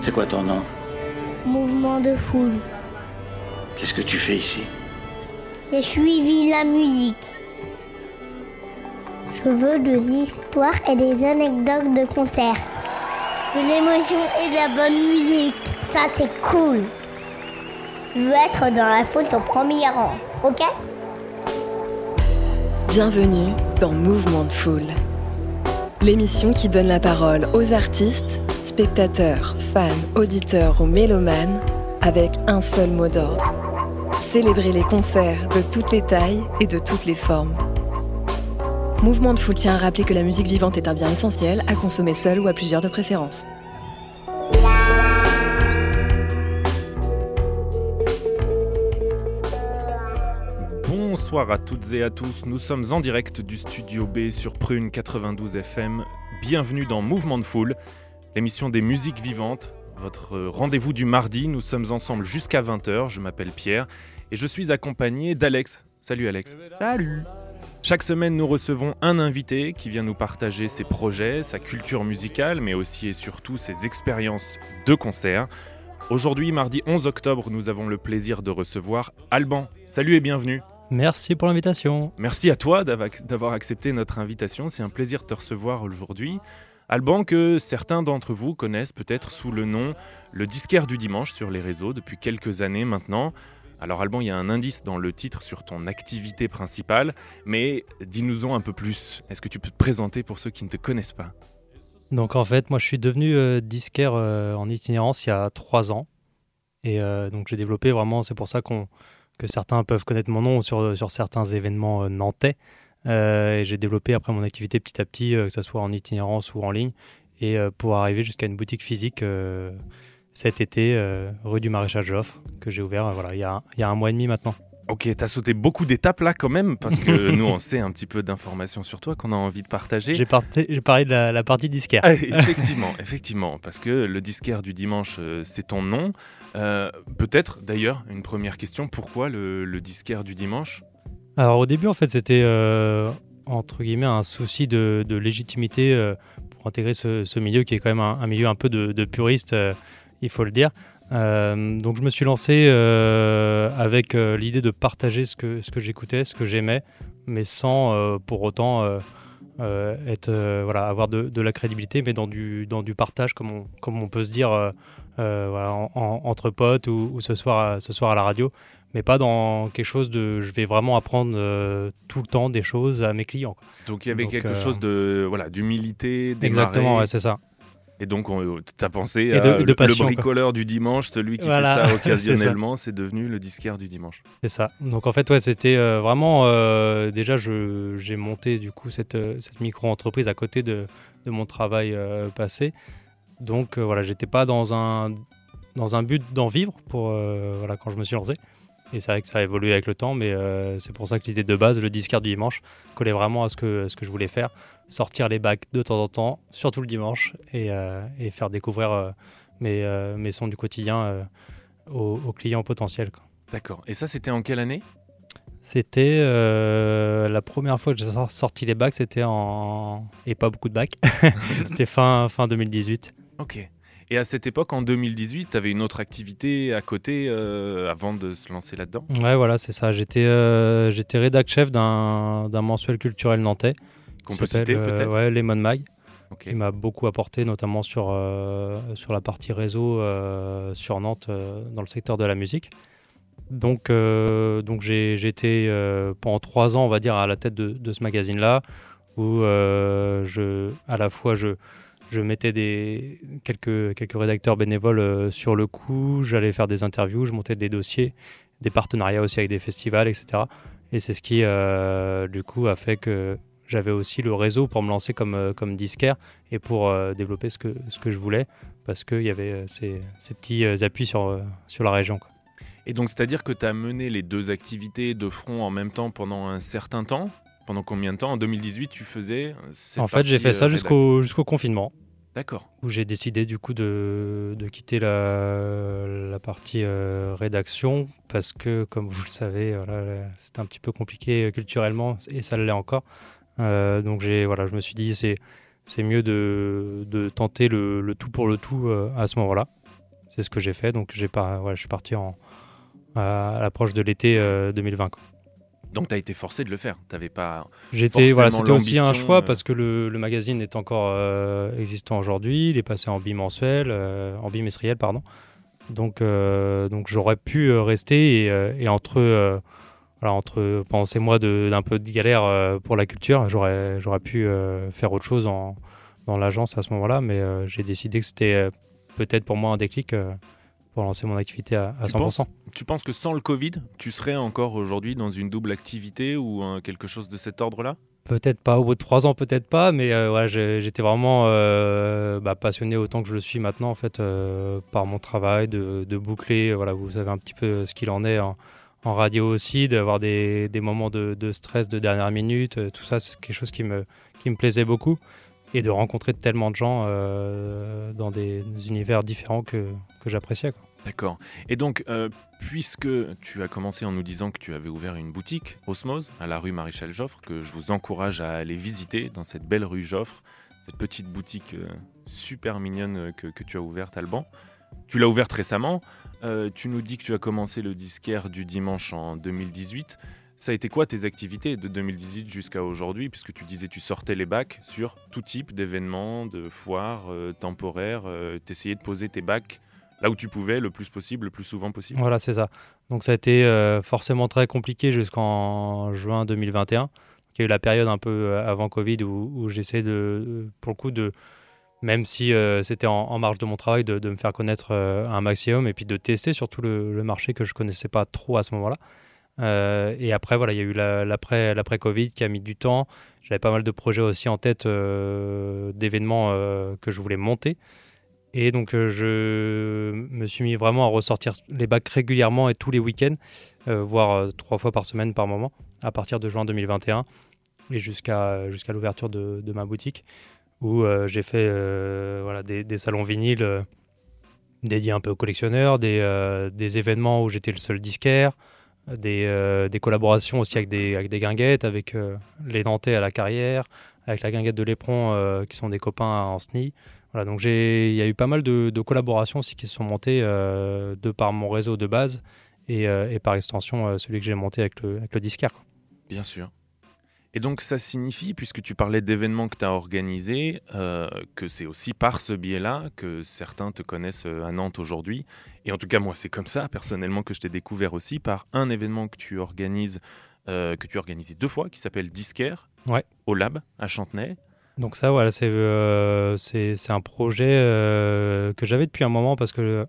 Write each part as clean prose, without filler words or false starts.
C'est quoi ton nom? Mouvement de foule. Qu'est-ce que tu fais ici? J'ai suivi la musique. Je veux des histoires et des anecdotes de concert. De l'émotion et de la bonne musique. Ça, c'est cool. Je veux être dans la fosse au premier rang, ok? Bienvenue dans Mouvement de Foule, l'émission qui donne la parole aux artistes, spectateurs, fans, auditeurs ou mélomanes avec un seul mot d'ordre: célébrer les concerts de toutes les tailles et de toutes les formes. Mouvement de Foule tient à rappeler que la musique vivante est un bien essentiel à consommer seul ou à plusieurs de préférence. Bonsoir à toutes et à tous, nous sommes en direct du Studio B sur Prune 92 FM. Bienvenue dans Mouvement de Foule, l'émission des musiques vivantes, votre rendez-vous du mardi. Nous sommes ensemble jusqu'à 20h, je m'appelle Pierre et je suis accompagné d'Alex. Salut Alex. Salut. Chaque semaine, nous recevons un invité qui vient nous partager ses projets, sa culture musicale, mais aussi et surtout ses expériences de concert. Aujourd'hui, mardi 11 octobre, nous avons le plaisir de recevoir Alban. Salut et bienvenue. Merci pour l'invitation. Merci à toi d'avoir accepté notre invitation. C'est un plaisir de te recevoir aujourd'hui. Alban, que certains d'entre vous connaissent peut-être sous le nom Le Disquaire du Dimanche sur les réseaux depuis quelques années maintenant. Alors Alban, il y a un indice dans le titre sur ton activité principale, mais dis-nous-en un peu plus. Est-ce que tu peux te présenter pour ceux qui ne te connaissent pas ? Donc en fait, moi je suis devenu disquaire en itinérance il y a 3 ans. Et donc j'ai développé vraiment, c'est pour ça que certains peuvent connaître mon nom sur certains événements nantais. Et j'ai développé après mon activité petit à petit, que ce soit en itinérance ou en ligne, et pour arriver jusqu'à une boutique physique cet été, rue du Maréchal Joffre, que j'ai ouvert il y a 1 mois et demi maintenant. Ok, t'as sauté beaucoup d'étapes là quand même, parce que nous on sait un petit peu d'informations sur toi qu'on a envie de partager. J'ai parlé de la partie disquaire. Ah, effectivement, parce que le disquaire du dimanche, c'est ton nom. Peut-être d'ailleurs, une première question, pourquoi le disquaire du dimanche ? Alors au début en fait c'était entre guillemets un souci de légitimité pour intégrer ce milieu qui est quand même un milieu un peu de puriste, il faut le dire. Donc je me suis lancé avec l'idée de partager ce que j'écoutais, ce que j'aimais, mais sans pour autant avoir de la crédibilité, mais dans du partage comme on peut se dire entre potes ou ce soir à la radio, mais pas dans quelque chose de je vais vraiment apprendre tout le temps des choses à mes clients. Donc il y avait quelque chose d'humilité, démarrer. Exactement, ouais, c'est ça. Et donc, tu as pensé de passion, le bricoleur du dimanche, celui qui fait ça occasionnellement, c'est devenu le disquaire du dimanche. C'est ça. Donc, en fait, ouais, c'était vraiment... déjà, j'ai monté du coup cette micro-entreprise à côté de mon travail passé. Donc, j'étais pas dans un but d'en vivre quand je me suis lancé. Et c'est vrai que ça a évolué avec le temps, mais c'est pour ça que l'idée de base, le disquaire du dimanche, collait vraiment à ce que je voulais faire. Sortir les bacs de temps en temps, surtout le dimanche, et faire découvrir mes sons du quotidien aux clients potentiels, quoi. D'accord. Et ça, c'était en quelle année ? C'était la première fois que j'ai sorti les bacs, c'était et pas beaucoup de bacs. C'était fin 2018. Ok. Et à cette époque, en 2018, tu avais une autre activité à côté avant de se lancer là-dedans ? Ouais, voilà, c'est ça. J'étais rédac-chef d'un mensuel culturel nantais. Qu'on peut citer peut-être ? Ouais, Lemon Mag. Okay. Il m'a beaucoup apporté, notamment sur la partie réseau sur Nantes, dans le secteur de la musique. Donc j'ai été pendant 3 ans, on va dire, à la tête de ce magazine-là, où à la fois je mettais quelques rédacteurs bénévoles sur le coup, j'allais faire des interviews, je montais des dossiers, des partenariats aussi avec des festivals, etc. Et c'est ce qui, du coup, a fait que j'avais aussi le réseau pour me lancer comme disquaire et pour développer ce que je voulais, parce qu'il y avait ces petits appuis sur la région, quoi. Et donc, c'est-à-dire que tu as mené les deux activités de front en même temps pendant un certain temps ? Pendant combien de temps ? En 2018, tu faisais cette En fait, j'ai fait ça jusqu'au confinement. D'accord. Où j'ai décidé du coup de quitter la partie rédaction, parce que, comme vous le savez, c'était un petit peu compliqué culturellement, et ça l'est encore. Donc je me suis dit c'est mieux de tenter le tout pour le tout à ce moment-là. c'est ce que j'ai fait. Donc je suis parti à l'approche de l'été 2020. Quoi. Donc tu as été forcé de le faire. T'avais pas C'était aussi un choix l'ambition, parce que le magazine est encore existant aujourd'hui. Il est passé en bimensuel, en bimestriel, pardon. Donc j'aurais pu rester et entre pendant ces mois d'un peu de galère pour la culture, j'aurais pu faire autre chose dans l'agence à ce moment-là, mais j'ai décidé que c'était peut-être pour moi un déclic pour lancer mon activité à 100%. Tu penses que sans le Covid, tu serais encore aujourd'hui dans une double activité ou quelque chose de cet ordre-là ? Peut-être pas, au bout de 3 ans, peut-être pas, mais j'étais vraiment passionné autant que je le suis maintenant en fait, par mon travail, de boucler, vous savez un petit peu ce qu'il en est en radio aussi, d'avoir des moments de stress de dernière minute, tout ça c'est quelque chose qui me plaisait beaucoup, et de rencontrer tellement de gens dans des univers différents que j'appréciais, quoi. D'accord. Et donc, puisque tu as commencé en nous disant que tu avais ouvert une boutique, Osmose, à la rue Maréchal Joffre, que je vous encourage à aller visiter dans cette belle rue Joffre, cette petite boutique super mignonne que tu as ouverte, Alban. Tu l'as ouverte récemment. Tu nous dis que tu as commencé le disquaire du dimanche en 2018. Ça a été quoi tes activités de 2018 jusqu'à aujourd'hui, puisque tu disais tu sortais les bacs sur tout type d'événements, de foires temporaires, t'essayais de poser tes bacs là où tu pouvais, le plus possible, le plus souvent possible. Voilà, c'est ça. Donc ça a été forcément très compliqué jusqu'en juin 2021. Il y a eu la période un peu avant Covid où j'essaie pour le coup même si c'était en marge de mon travail, de me faire connaître un maximum et puis de tester surtout le marché que je ne connaissais pas trop à ce moment-là. Et après, il y a eu l'après-Covid qui a mis du temps. J'avais pas mal de projets aussi en tête d'événements que je voulais monter. Et donc, je me suis mis vraiment à ressortir les bacs régulièrement et tous les week-ends, voire 3 fois par semaine par moment, à partir de juin 2021 et jusqu'à l'ouverture de ma boutique, où j'ai fait des salons vinyles dédiés un peu aux collectionneurs, des événements où j'étais le seul disquaire, des collaborations aussi avec des guinguettes, avec les Nantais à la Carrière, avec la guinguette de l'Éperon qui sont des copains en SNI. Voilà, donc il y a eu pas mal de collaborations aussi qui se sont montées de par mon réseau de base et par extension celui que j'ai monté avec le disquaire, quoi. Bien sûr. Et donc ça signifie, puisque tu parlais d'événements que tu as organisés, que c'est aussi par ce biais-là que certains te connaissent à Nantes aujourd'hui. Et en tout cas, moi, c'est comme ça, personnellement, que je t'ai découvert aussi par un événement que tu organises, que tu as organisé 2 fois, qui s'appelle Disquaire, au Lab, à Chantenay. Donc ça, voilà, c'est un projet que j'avais depuis un moment parce que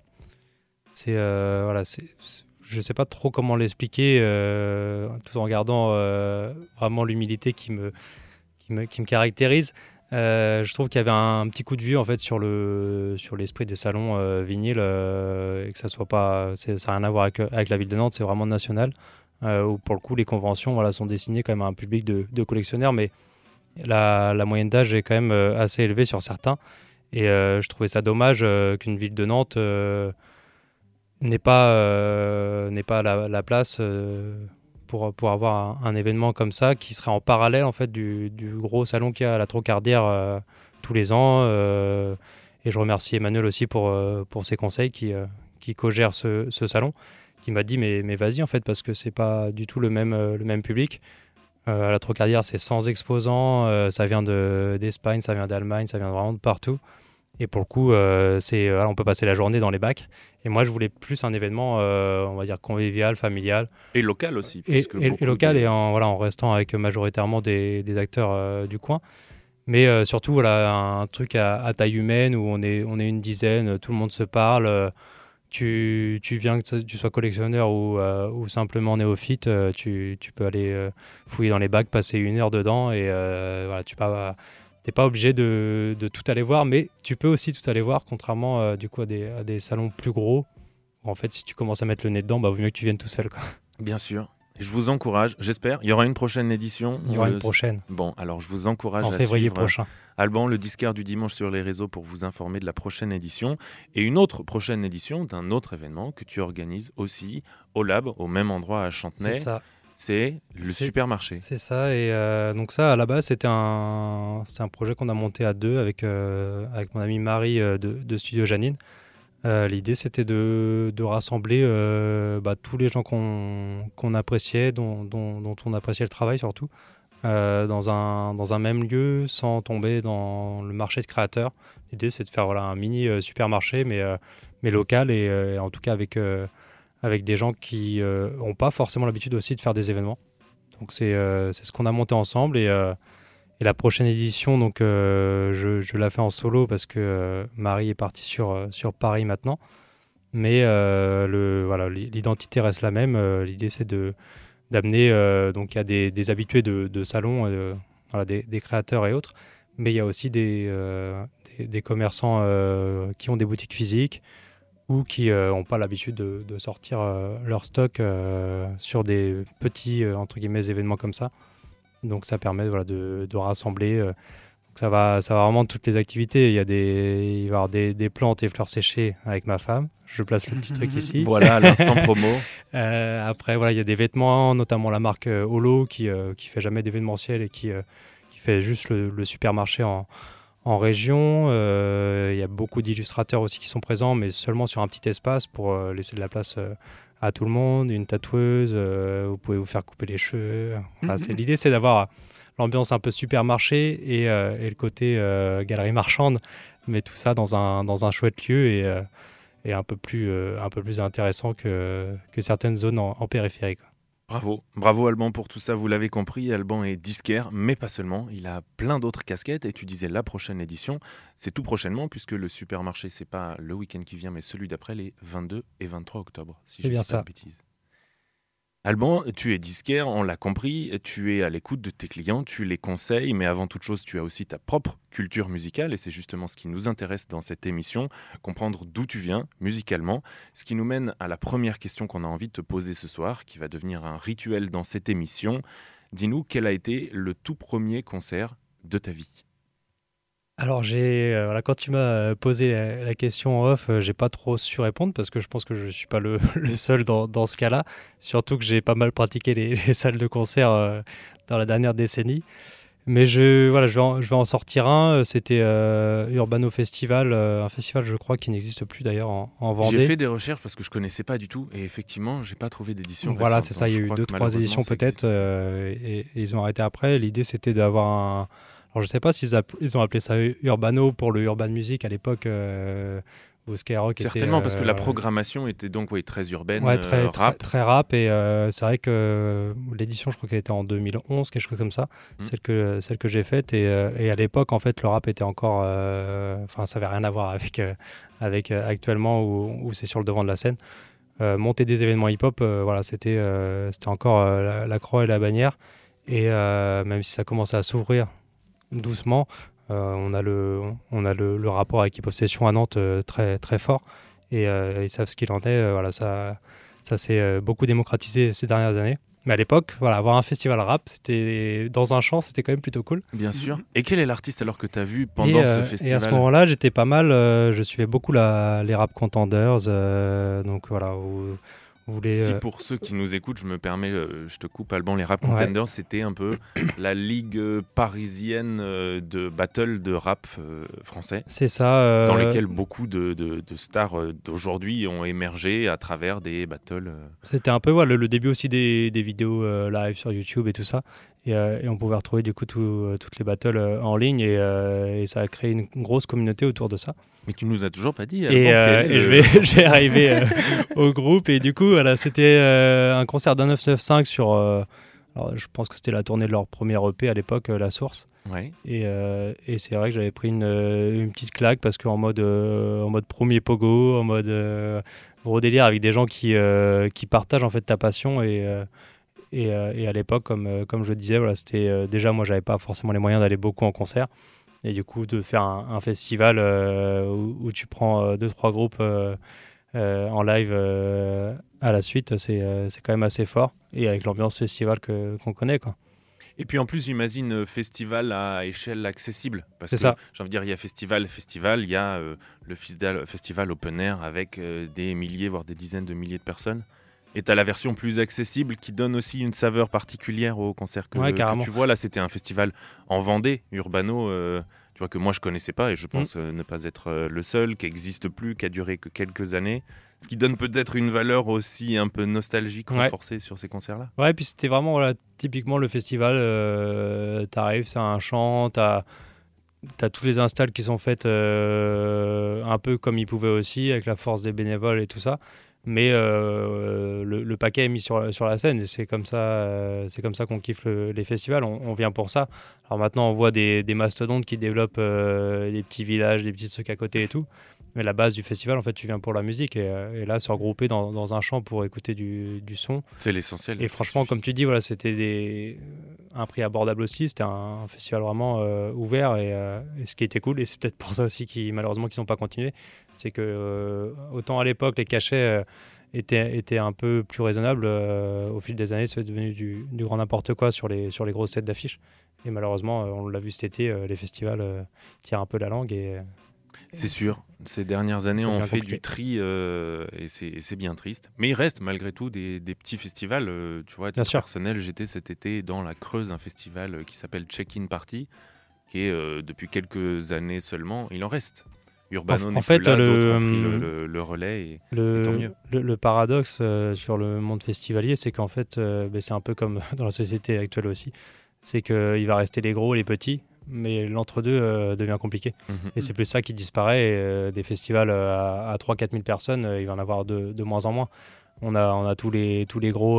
je ne sais pas trop comment l'expliquer tout en gardant vraiment l'humilité qui me caractérise. Je trouve qu'il y avait un petit coup de vue en fait sur l'esprit des salons vinyles et que ça n'a rien à voir avec la ville de Nantes, c'est vraiment national. Où pour le coup les conventions sont destinées quand même à un public de collectionneurs, mais la moyenne d'âge est quand même assez élevée sur certains, et je trouvais ça dommage qu'une ville de Nantes n'ait pas la place pour avoir un événement comme ça qui serait en parallèle en fait du gros salon qu'il y a à la Trocardière tous les ans, et je remercie Emmanuel aussi pour ses conseils qui co-gère ce salon, qui m'a dit mais vas-y en fait, parce que c'est pas du tout le même public. À la Trocardière, c'est 100 exposants, ça vient d'Espagne, ça vient d'Allemagne, ça vient vraiment de partout. Et pour le coup, on peut passer la journée dans les bacs. Et moi, je voulais plus un événement, on va dire, convivial, familial. Et local aussi. Et local, et en restant avec majoritairement des acteurs du coin. Mais surtout, un truc à taille humaine où on est une dizaine, tout le monde se parle. Tu viens, que tu sois collectionneur ou simplement néophyte, tu peux aller fouiller dans les bacs, passer 1 heure dedans, et t'es pas obligé de tout aller voir, mais tu peux aussi tout aller voir, contrairement à des salons plus gros, où en fait si tu commences à mettre le nez dedans, vaut mieux que tu viennes tout seul, quoi. Bien sûr. Je vous encourage, j'espère. Il y aura une prochaine édition. Il y aura une prochaine. Bon, alors je vous encourage en février prochain. Alban, le disquaire du dimanche sur les réseaux, pour vous informer de la prochaine édition. Et une autre prochaine édition d'un autre événement que tu organises aussi au Lab, au même endroit à Chantenay. C'est ça. C'est le supermarché. C'est ça. Et donc ça, à la base, c'était un projet qu'on a monté à 2 avec mon amie Marie de Studio Janine. L'idée, c'était de rassembler tous les gens qu'on appréciait, dont on appréciait le travail surtout, dans un même lieu, sans tomber dans le marché de créateurs. L'idée, c'est de faire un mini supermarché, mais local, et en tout cas avec des gens qui n'ont pas forcément l'habitude aussi de faire des événements. Donc c'est ce qu'on a monté ensemble, et la prochaine édition, donc je la fais en solo parce que Marie est partie sur Paris maintenant. Mais l'identité reste la même. L'idée, c'est d'amener, donc il y a des habitués de salon, des créateurs et autres, mais il y a aussi des commerçants qui ont des boutiques physiques ou qui n'ont pas l'habitude de sortir leur stock sur des petits entre guillemets événements comme ça. Donc ça permet de rassembler. Ça va vraiment de toutes les activités. Il va y avoir des plantes et fleurs séchées avec ma femme. Je place le petit truc ici. Voilà, l'instant promo. Après, il y a des vêtements, notamment la marque Holo qui fait jamais d'événementiel et qui fait juste le supermarché en région. Il y a beaucoup d'illustrateurs aussi qui sont présents, mais seulement sur un petit espace pour laisser de la place à tout le monde. Une tatoueuse, vous pouvez vous faire couper les cheveux. L'idée, c'est d'avoir l'ambiance un peu supermarché et le côté galerie marchande, mais tout ça dans un chouette lieu et un peu plus intéressant que certaines zones en périphérie, quoi. Bravo Alban pour tout ça, vous l'avez compris, Alban est disquaire, mais pas seulement, il a plein d'autres casquettes, et tu disais la prochaine édition, c'est tout prochainement, puisque le supermarché, c'est pas le week-end qui vient, mais celui d'après, les 22 et 23 octobre, si je ne dis pas de bêtises. Alban, tu es disquaire, on l'a compris, tu es à l'écoute de tes clients, tu les conseilles, mais avant toute chose, tu as aussi ta propre culture musicale, et c'est justement ce qui nous intéresse dans cette émission, comprendre d'où tu viens musicalement, ce qui nous mène à la première question qu'on a envie de te poser ce soir, qui va devenir un rituel dans cette émission. Dis-nous, quel a été le tout premier concert de ta vie ? Alors quand tu m'as posé la question en off, j'ai pas trop su répondre parce que je pense que je suis pas le seul dans ce cas-là. Surtout que j'ai pas mal pratiqué les salles de concert dans la dernière décennie. Mais je vais en sortir un. C'était Urbano Festival, un festival je crois qui n'existe plus d'ailleurs en Vendée. J'ai fait des recherches parce que je connaissais pas du tout et effectivement j'ai pas trouvé d'édition récente. Voilà, c'est ça. Il y a eu 2-3 éditions peut-être et ils ont arrêté après. L'idée c'était d'avoir alors je sais pas s'ils ont appelé ça Urbano pour le urban music à l'époque où Skyrock certainement était, parce que la programmation était donc très urbaine, rap. Très rap et c'est vrai que l'édition je crois qu'elle était en 2011 quelque chose comme ça, celle que j'ai faite et à l'époque en fait le rap était encore ça avait rien à voir avec actuellement où c'est sur le devant de la scène. Monter des événements hip-hop c'était encore la croix et la bannière et même si ça commençait à s'ouvrir doucement, on a le rapport avec Hip Hop Session à Nantes très très fort et ils savent ce qu'il en est. Ça s'est beaucoup démocratisé ces dernières années. Mais à l'époque, avoir un festival rap, c'était dans un champ, c'était quand même plutôt cool. Bien sûr. Et quel est l'artiste alors que tu as vu pendant ce festival ? Et à ce moment-là, j'étais pas mal. Je suivais beaucoup les Rap Contenders. Donc voilà. Si pour ceux qui nous écoutent, je me permets, je te coupe Alban, les Rap Contenders, c'était un peu la ligue parisienne de battle de rap français. C'est ça. Dans lesquels beaucoup de stars d'aujourd'hui ont émergé à travers des battles. C'était un peu le début aussi des vidéos live sur YouTube et tout ça. Et on pouvait retrouver du coup toutes les battles en ligne et ça a créé une grosse communauté autour de ça. Mais tu nous as toujours pas dit. Je vais arriver au groupe et du coup c'était un concert d'un 995 sur. Alors, je pense que c'était la tournée de leur premier EP à l'époque, La Source. Ouais. Et c'est vrai que j'avais pris une petite claque parce qu'en mode premier pogo, en mode gros délire avec des gens qui partagent en fait ta passion et à l'époque comme je disais c'était déjà moi j'avais pas forcément les moyens d'aller beaucoup en concert. Et du coup, de faire un festival où tu prends 2-3 groupes en live à la suite, c'est quand même assez fort. Et avec l'ambiance festival qu'on connaît, quoi. Et puis en plus, j'imagine festival à échelle accessible. Parce c'est que, ça. J'ai envie de dire, il y a festival, il y a le festival open air avec des milliers, voire des dizaines de milliers de personnes. Et tu as la version plus accessible qui donne aussi une saveur particulière au concert que tu vois. Là, c'était un festival en Vendée, Urbano. tu vois, que moi je connaissais pas et je pense ne pas être le seul, qui n'existe plus, qui a duré que quelques années. Ce qui donne peut-être une valeur aussi un peu nostalgique renforcée sur ces concerts-là. Ouais, et puis c'était vraiment typiquement le festival. T'arrives, c'est un chant, t'as toutes les installs qui sont faites un peu comme ils pouvaient aussi, avec la force des bénévoles et tout ça. Mais le paquet est mis sur la scène et c'est comme ça qu'on kiffe les festivals. On vient pour ça. Alors maintenant, on voit des mastodontes qui développent des petits villages, des petits trucs à côté et tout. Mais la base du festival, en fait, tu viens pour la musique et là, se regrouper dans un champ pour écouter du son. C'est l'essentiel. Et franchement, comme tu dis, voilà, c'était un prix abordable aussi. C'était un festival vraiment ouvert et ce qui était cool. Et c'est peut-être pour ça aussi malheureusement qu'ils n'ont pas continué. C'est que autant à l'époque, les cachets étaient un peu plus raisonnables. Au fil des années, c'est devenu du grand n'importe quoi sur les grosses têtes d'affiche. Et malheureusement, on l'a vu cet été, les festivals tirent un peu la langue c'est sûr, ces dernières années on fait du tri et c'est bien triste. Mais il reste malgré tout des petits festivals. Tu vois, à titre personnel, j'étais cet été dans la Creuse, un festival qui s'appelle Check-in Party, qui est depuis quelques années seulement. Il en reste. Urbano n'est plus là, d'autres ont pris le relais et tant mieux. Le paradoxe sur le monde festivalier, c'est qu'en fait, c'est un peu comme dans la société actuelle aussi. C'est qu'il va rester les gros et les petits. Mais l'entre-deux devient compliqué. Et c'est plus ça qui disparaît. Des festivals à 3-4 000 personnes, il va en avoir de moins en moins. On a tous les gros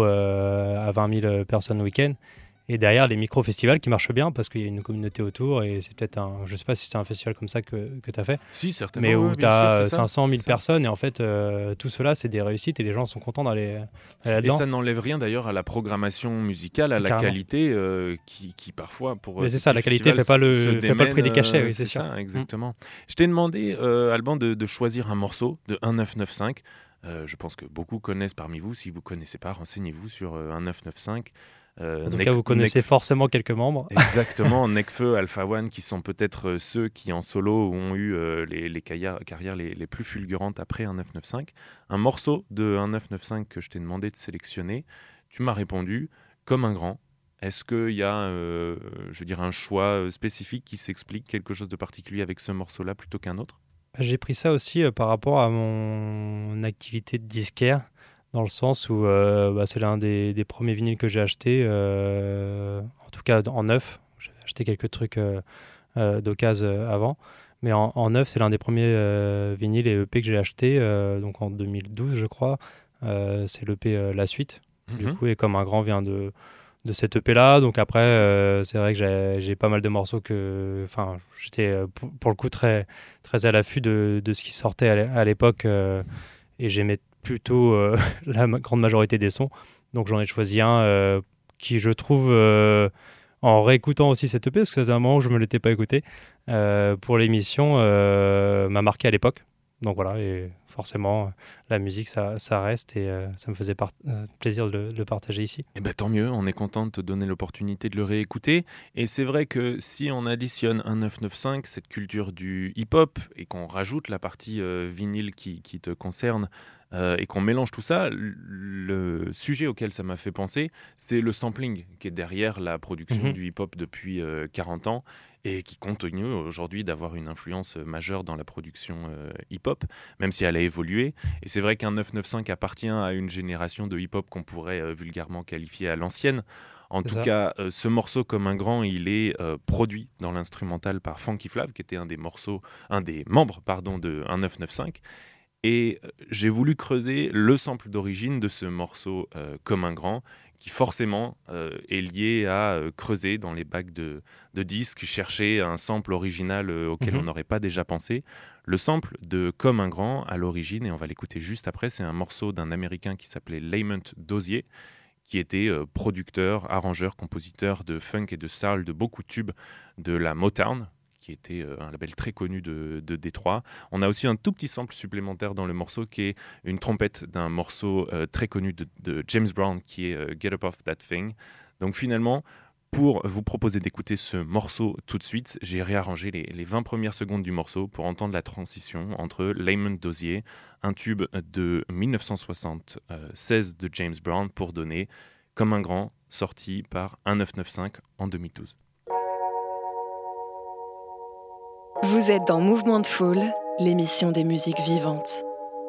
à 20 000 personnes le week-end. Et derrière, les micro-festivals qui marchent bien parce qu'il y a une communauté autour. Et c'est peut-être je ne sais pas si c'est un festival comme ça que tu as fait. Si, certainement. Mais où tu as 500 000 personnes. Et en fait, tout cela, c'est des réussites et les gens sont contents d'aller là-dedans. Et ça n'enlève rien d'ailleurs à la programmation musicale, à la qualité qui parfois pour. Mais c'est ça, la qualité ne fait pas le prix des cachets. Oui, c'est sûr. Ça, exactement. Je t'ai demandé, Alban, de choisir un morceau de 1995. Je pense que beaucoup connaissent parmi vous. Si vous ne connaissez pas, renseignez-vous sur 1995. En tout cas, vous connaissez forcément quelques membres. Exactement, Nekfeu, Alpha One, qui sont peut-être ceux qui en solo ont eu les carrières les plus fulgurantes après 1995. Un morceau de 1995 que je t'ai demandé de sélectionner, tu m'as répondu comme un grand. Est-ce qu'il y a un choix spécifique qui s'explique, quelque chose de particulier avec ce morceau-là plutôt qu'un autre ? J'ai pris ça aussi par rapport à mon activité de disquaire. Dans le sens où c'est l'un des premiers vinyles que j'ai acheté, en tout cas en neuf. J'avais acheté quelques trucs d'occasion avant, mais en neuf, c'est l'un des premiers vinyles et EP que j'ai acheté, donc en 2012, je crois. C'est l'EP La Suite, du coup, et comme un grand vient de cet EP-là. Donc après, c'est vrai que j'ai pas mal de morceaux j'étais pour le coup très, très à l'affût de ce qui sortait à l'époque, et j'aimais plutôt la grande majorité des sons. Donc j'en ai choisi un qui, je trouve, en réécoutant aussi cette EP, parce que c'était un moment où je ne me l'étais pas écouté, pour l'émission, m'a marqué à l'époque. Donc voilà, et forcément, la musique, ça reste, et ça me faisait plaisir de le partager ici. Et tant mieux, on est content de te donner l'opportunité de le réécouter. Et c'est vrai que si on additionne 1995, cette culture du hip-hop, et qu'on rajoute la partie vinyle qui te concerne, et qu'on mélange tout ça, le sujet auquel ça m'a fait penser, c'est le sampling qui est derrière la production du hip-hop depuis 40 ans et qui continue aujourd'hui d'avoir une influence majeure dans la production hip-hop, même si elle a évolué. Et c'est vrai qu'un 995 appartient à une génération de hip-hop qu'on pourrait vulgairement qualifier à l'ancienne. En tout cas, ce morceau comme un grand, il est produit dans l'instrumental par Funky Flav, qui était un des membres de 1995. Et j'ai voulu creuser le sample d'origine de ce morceau comme un grand, qui forcément est lié à creuser dans les bacs de disques, chercher un sample original auquel on n'aurait pas déjà pensé. Le sample de Comme un grand, à l'origine, et on va l'écouter juste après, c'est un morceau d'un Américain qui s'appelait Lamont Dozier, qui était producteur, arrangeur, compositeur de funk et de soul de beaucoup de tubes de la Motown, qui était un label très connu de Détroit. On a aussi un tout petit sample supplémentaire dans le morceau qui est une trompette d'un morceau très connu de James Brown qui est Get Up Off That Thing. Donc finalement, pour vous proposer d'écouter ce morceau tout de suite, j'ai réarrangé les 20 premières secondes du morceau pour entendre la transition entre Lamont Dozier, un tube de 1976 de James Brown, pour donner Comme un grand, sorti par 1995 en 2012. Vous êtes dans Mouvement de Foule, l'émission des musiques vivantes.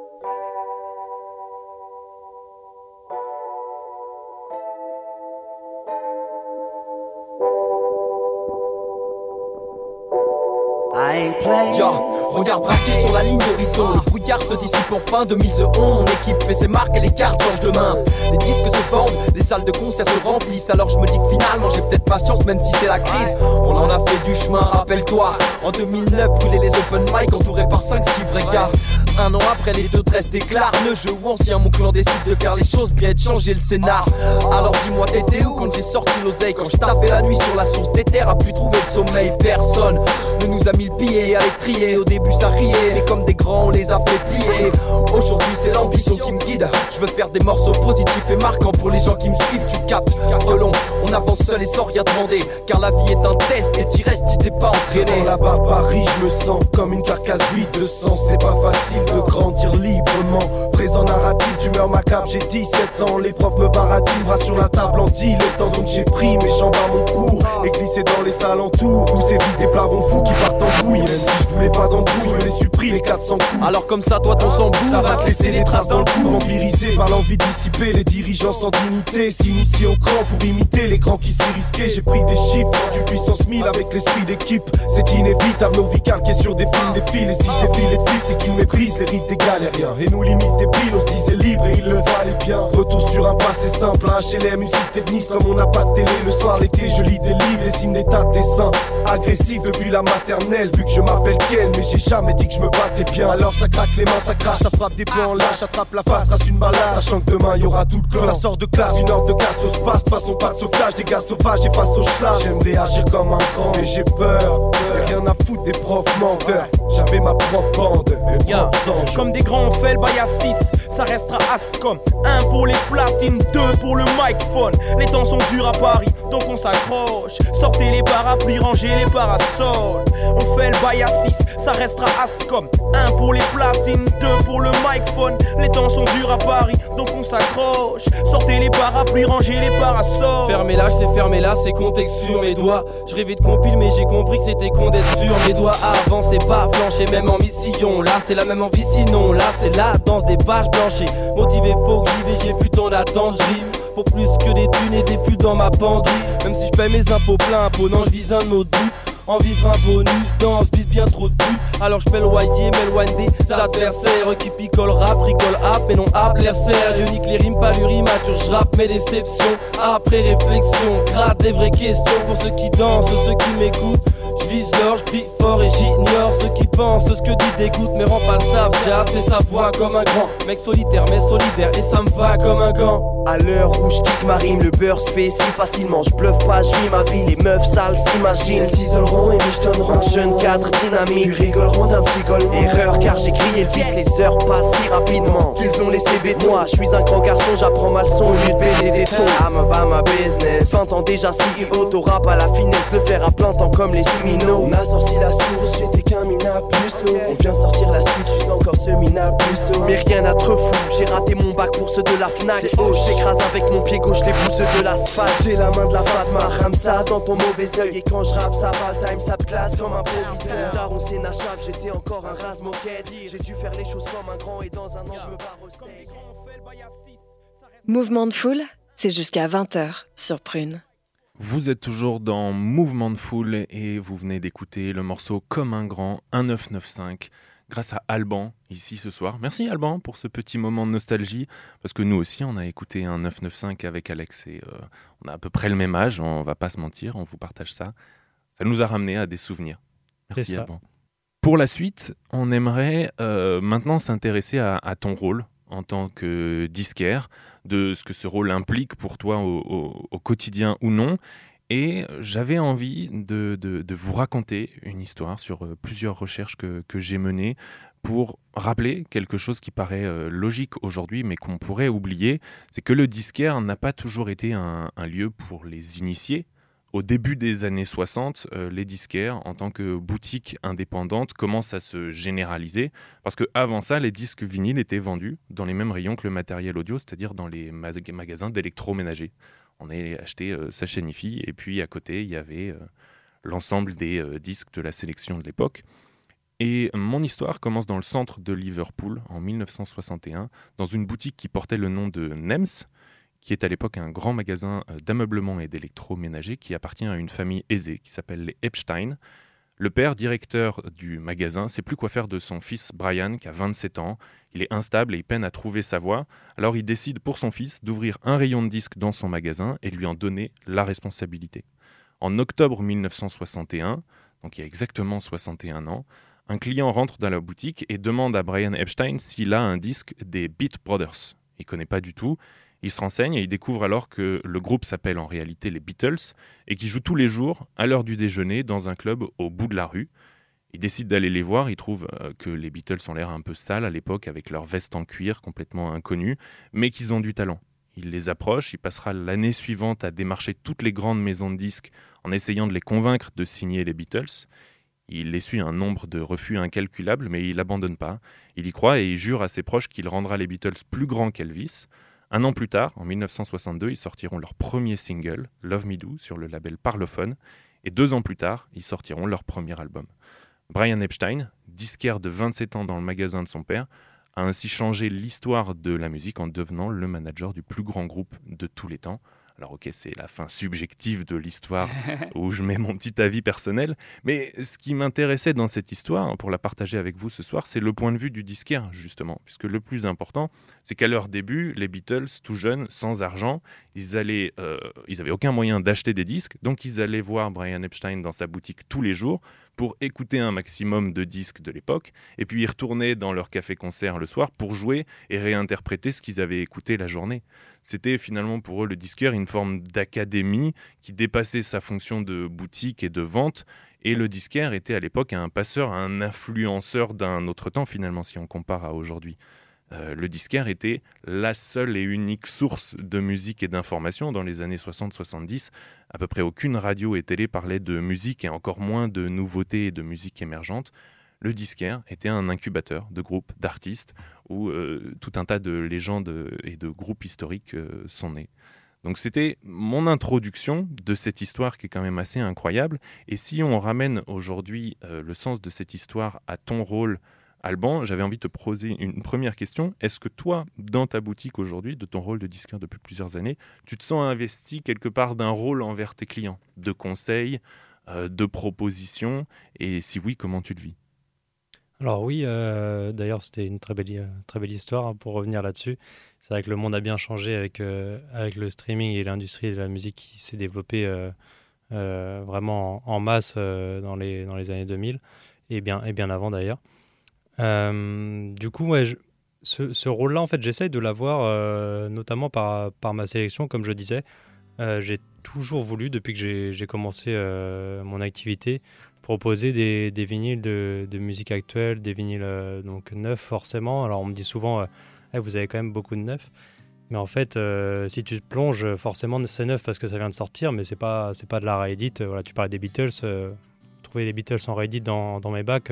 Yo, regard braqué sur la ligne d'horizon. Le brouillard se dissipe enfin 2011. Mon équipe fait ses marques et les cartes changent de main. Les disques se vendent, les salles de concert se remplissent. Alors je me dis que finalement j'ai peut-être pas de chance, même si c'est la crise. On en a fait du chemin, rappelle-toi. En 2009, brûler les open mic entourés par 5-6 vrais gars. Un an après, les 2-13 déclarent le jeu ou ancien, mon clan décide de faire les choses bien et de changer le scénar. Alors dis-moi, t'étais où quand j'ai sorti l'oseille? Quand je taffais la nuit sur la source des terres, a plus trouvé le sommeil. Personne ne nous a mis le pied à les trier. Au début ça riait, mais comme des grands on les a fait plier. Aujourd'hui c'est l'ambition qui me guide. Je veux faire des morceaux positifs et marquants pour les gens qui me suivent. Tu captes, Relon, on avance seul et sans rien demander. Car la vie est un test et t'y restes si t'es pas entraîné. Dans la barbarie je me sens comme une carcasse vide de sang. C'est pas facile de grandir librement. Présent narratif, d'humeur macabre, j'ai 17 ans. Les profs me baratinent, bras sur la table en deal. Étant donc j'ai pris mes jambes à mon cou et glissé dans les alentours où ces vis des plavons fous qui partent en bouille. Même si je voulais pas d'embrouille, je me les suis pris les 400 coups. Alors comme ça toi ton sang boue, ça va te laisser des traces dans le cou. Vampirisé par l'envie de dissiper, les dirigeants sans dignité s'initient au cran pour imiter les grands qui s'y risquaient. J'ai pris des chiffres du puissance 1000 avec l'esprit d'équipe. C'est inévitable, nos vies calquées sur des films, des fils. Et si je défile les fils, c'est qu'ils méprisent les rites des galériens. Et nous limite des piles, on se disait libre et il le fallait bien. Retour sur un passé simple, un HLM, une cité de Nice. Comme on n'a pas de télé, le soir, l'été, je lis des livres, dessine des tas de dessins. Agressif depuis la maternelle, vu que je m'appelle Ken, mais j'ai jamais dit que je me battais bien. Alors ça craque les mains, ça crache, ça frappe des plans en lâche, attrape la face, trace une balade. Sachant que demain y'aura tout le clan. Ça sort de classe, une heure de casse au space, façon pas de sauvetage, des gars sauvages et face au schlag. J'aimerais agir comme un grand, mais j'ai peur. Et rien à foutre des profs menteurs. J'avais ma propre bande, mes propres anges. Comme des grands on fait le bail à 6, ça restera Ascom. 1 pour les platines, 2 pour le microphone. Les temps sont durs à Paris, donc on s'accroche. Sortez les parapluies, rangez les parasols. On fait le bail à 6, ça restera Ascom. 1 pour les platines, 2 pour le microphone. Les temps sont durs à Paris, donc on s'accroche. Sortez les parapluies, rangez les parasols. Fermez-la, c'est fermé là, c'est contexte sur mes doigts. Je rêvais de compile mais j'ai compris que c'était con d'être sur mes doigts. Avancer pas flancher même en mission. Là c'est la même envie sinon là c'est la danse des pages blanchies. Motivé faut que j'y vais, j'ai plus le temps d'attendre. J'rime pour plus que des thunes et des putes dans ma penderie. Même si je paie mes impôts plein impôts, non je vise un autre but. En vivre un bonus dans ce beat bien trop de pute. Alors je peux loyer, m'éloigne des adversaires qui picolent rap, rigolent app mais non adversaire. Unique les rimes, pas l'urimature, je rappe mes déceptions. Après réflexion, gratte des vraies questions pour ceux qui dansent, ceux qui m'écoutent. Je vise l'or, je prie fort et j'ignore ceux qui pensent ce que dit dégoûte. Mais rend pas le savent, jazz fait sa voix comme un grand mec solitaire mais solidaire et ça me va comme un gant. À l'heure où je kick ma rime, le beurre se fait si facilement. Je bluffe pas, je vis ma vie, les meufs sales s'imaginent. Elles s'isoleront et michetonneront. Un jeune cadre dynamique, ils rigoleront d'un petit golemon. Erreur car j'ai crié le fils, les heures passent si rapidement qu'ils ont laissé béton. Moi, je suis un grand garçon, j'apprends ma leçon au lieu de baiser des tons. I'm about my business, 20 ans déjà CEO, t'au rap à la finesse, le faire à plein temps comme les suminos. On a sorti la source, j'étais qu'un mina puceau. On vient de sortir la suite, je suis encore ce mina puceau. Mais rien à trop fou, j'ai raté mon bac pour ceux de la Fnac. C'est haut, j'écrase avec mon pied gauche les bouseux de l'asphalte. J'ai la main de la Fatma, rame ça dans ton mauvais œil. Et quand je rappe, ça va le time, ça classe comme un proviseur. Daron c'est Nachab, j'étais encore un rase moquette. J'ai dû faire les choses comme un grand et dans un an je me barre au steak. Mouvement de Foule, c'est jusqu'à 20h sur Prune. Vous êtes toujours dans Mouvement de Foule et vous venez d'écouter le morceau Comme un grand, 1995, grâce à Alban, ici ce soir. Merci Alban pour ce petit moment de nostalgie, parce que nous aussi on a écouté un 995 avec Alex et on a à peu près le même âge, on va pas se mentir, on vous partage ça. Ça nous a ramené à des souvenirs. Merci Alban. Pour la suite, on aimerait maintenant s'intéresser à ton rôle en tant que disquaire, de ce que ce rôle implique pour toi au quotidien ou non. Et j'avais envie de vous raconter une histoire sur plusieurs recherches que j'ai menées pour rappeler quelque chose qui paraît logique aujourd'hui, mais qu'on pourrait oublier. C'est que le disquaire n'a pas toujours été un lieu pour les initiés. Au début des années 60, les disquaires, en tant que boutique indépendante, commencent à se généraliser. Parce qu'avant ça, les disques vinyles étaient vendus dans les mêmes rayons que le matériel audio, c'est-à-dire dans les magasins d'électroménager. On allait acheter sa chaîne hi-fi, et puis à côté, il y avait l'ensemble des disques de la sélection de l'époque. Et mon histoire commence dans le centre de Liverpool en 1961, dans une boutique qui portait le nom de Nems, qui est à l'époque un grand magasin d'ameublement et d'électroménager qui appartient à une famille aisée qui s'appelle les Epstein. Le père, directeur du magasin, sait plus quoi faire de son fils Brian, qui a 27 ans. Il est instable et il peine à trouver sa voie. Alors il décide pour son fils d'ouvrir un rayon de disques dans son magasin et de lui en donner la responsabilité. En octobre 1961, donc il y a exactement 61 ans, un client rentre dans la boutique et demande à Brian Epstein s'il a un disque des Beat Brothers. Il ne connaît pas du tout. Il se renseigne et il découvre alors que le groupe s'appelle en réalité les Beatles et qu'ils jouent tous les jours à l'heure du déjeuner dans un club au bout de la rue. Il décide d'aller les voir, il trouve que les Beatles ont l'air un peu sales à l'époque avec leurs vestes en cuir complètement inconnues, mais qu'ils ont du talent. Il les approche, il passera l'année suivante à démarcher toutes les grandes maisons de disques en essayant de les convaincre de signer les Beatles. Il essuie un nombre de refus incalculables, mais il n'abandonne pas. Il y croit et il jure à ses proches qu'il rendra les Beatles plus grands qu'Elvis. Un an plus tard, en 1962, ils sortiront leur premier single, Love Me Do, sur le label Parlophone. Et 2 ans plus tard, ils sortiront leur premier album. Brian Epstein, disquaire de 27 ans dans le magasin de son père, a ainsi changé l'histoire de la musique en devenant le manager du plus grand groupe de tous les temps. Alors ok, c'est la fin subjective de l'histoire où je mets mon petit avis personnel, mais ce qui m'intéressait dans cette histoire, pour la partager avec vous ce soir, c'est le point de vue du disquaire, justement, puisque le plus important, c'est qu'à leur début, les Beatles, tout jeunes, sans argent, ils avaient aucun moyen d'acheter des disques, donc ils allaient voir Brian Epstein dans sa boutique tous les jours pour écouter un maximum de disques de l'époque, et puis ils retournaient dans leur café-concert le soir pour jouer et réinterpréter ce qu'ils avaient écouté la journée. C'était finalement pour eux, le disquaire, une forme d'académie qui dépassait sa fonction de boutique et de vente, et le disquaire était à l'époque un passeur, un influenceur d'un autre temps finalement, si on compare à aujourd'hui. Le disquaire était la seule et unique source de musique et d'information dans les années 60-70. À peu près aucune radio et télé parlait de musique et encore moins de nouveautés et de musique émergente. Le disquaire était un incubateur de groupes, d'artistes, où tout un tas de légendes et de groupes historiques sont nés. Donc c'était mon introduction de cette histoire qui est quand même assez incroyable. Et si on ramène aujourd'hui le sens de cette histoire à ton rôle, Alban, j'avais envie de te poser une première question. Est-ce que toi, dans ta boutique aujourd'hui, de ton rôle de disquaire depuis plusieurs années, tu te sens investi quelque part d'un rôle envers tes clients, de conseils, de propositions, et si oui, comment tu le vis ? Alors oui, d'ailleurs c'était une très belle histoire, hein, pour revenir là-dessus. C'est vrai que le monde a bien changé avec le streaming et l'industrie de la musique qui s'est développée vraiment en masse dans les années 2000 et bien avant d'ailleurs. Du coup, ouais, ce rôle-là, en fait, j'essaye de l'avoir notamment par ma sélection, comme je disais. J'ai toujours voulu, depuis que j'ai commencé mon activité, proposer des vinyles de musique actuelle, des vinyles donc neufs forcément. Alors on me dit souvent, vous avez quand même beaucoup de neufs. Mais en fait, si tu te plonges, forcément c'est neuf parce que ça vient de sortir, mais c'est pas de la réédite. Voilà, tu parlais des Beatles, trouver les Beatles en réédite dans mes bacs,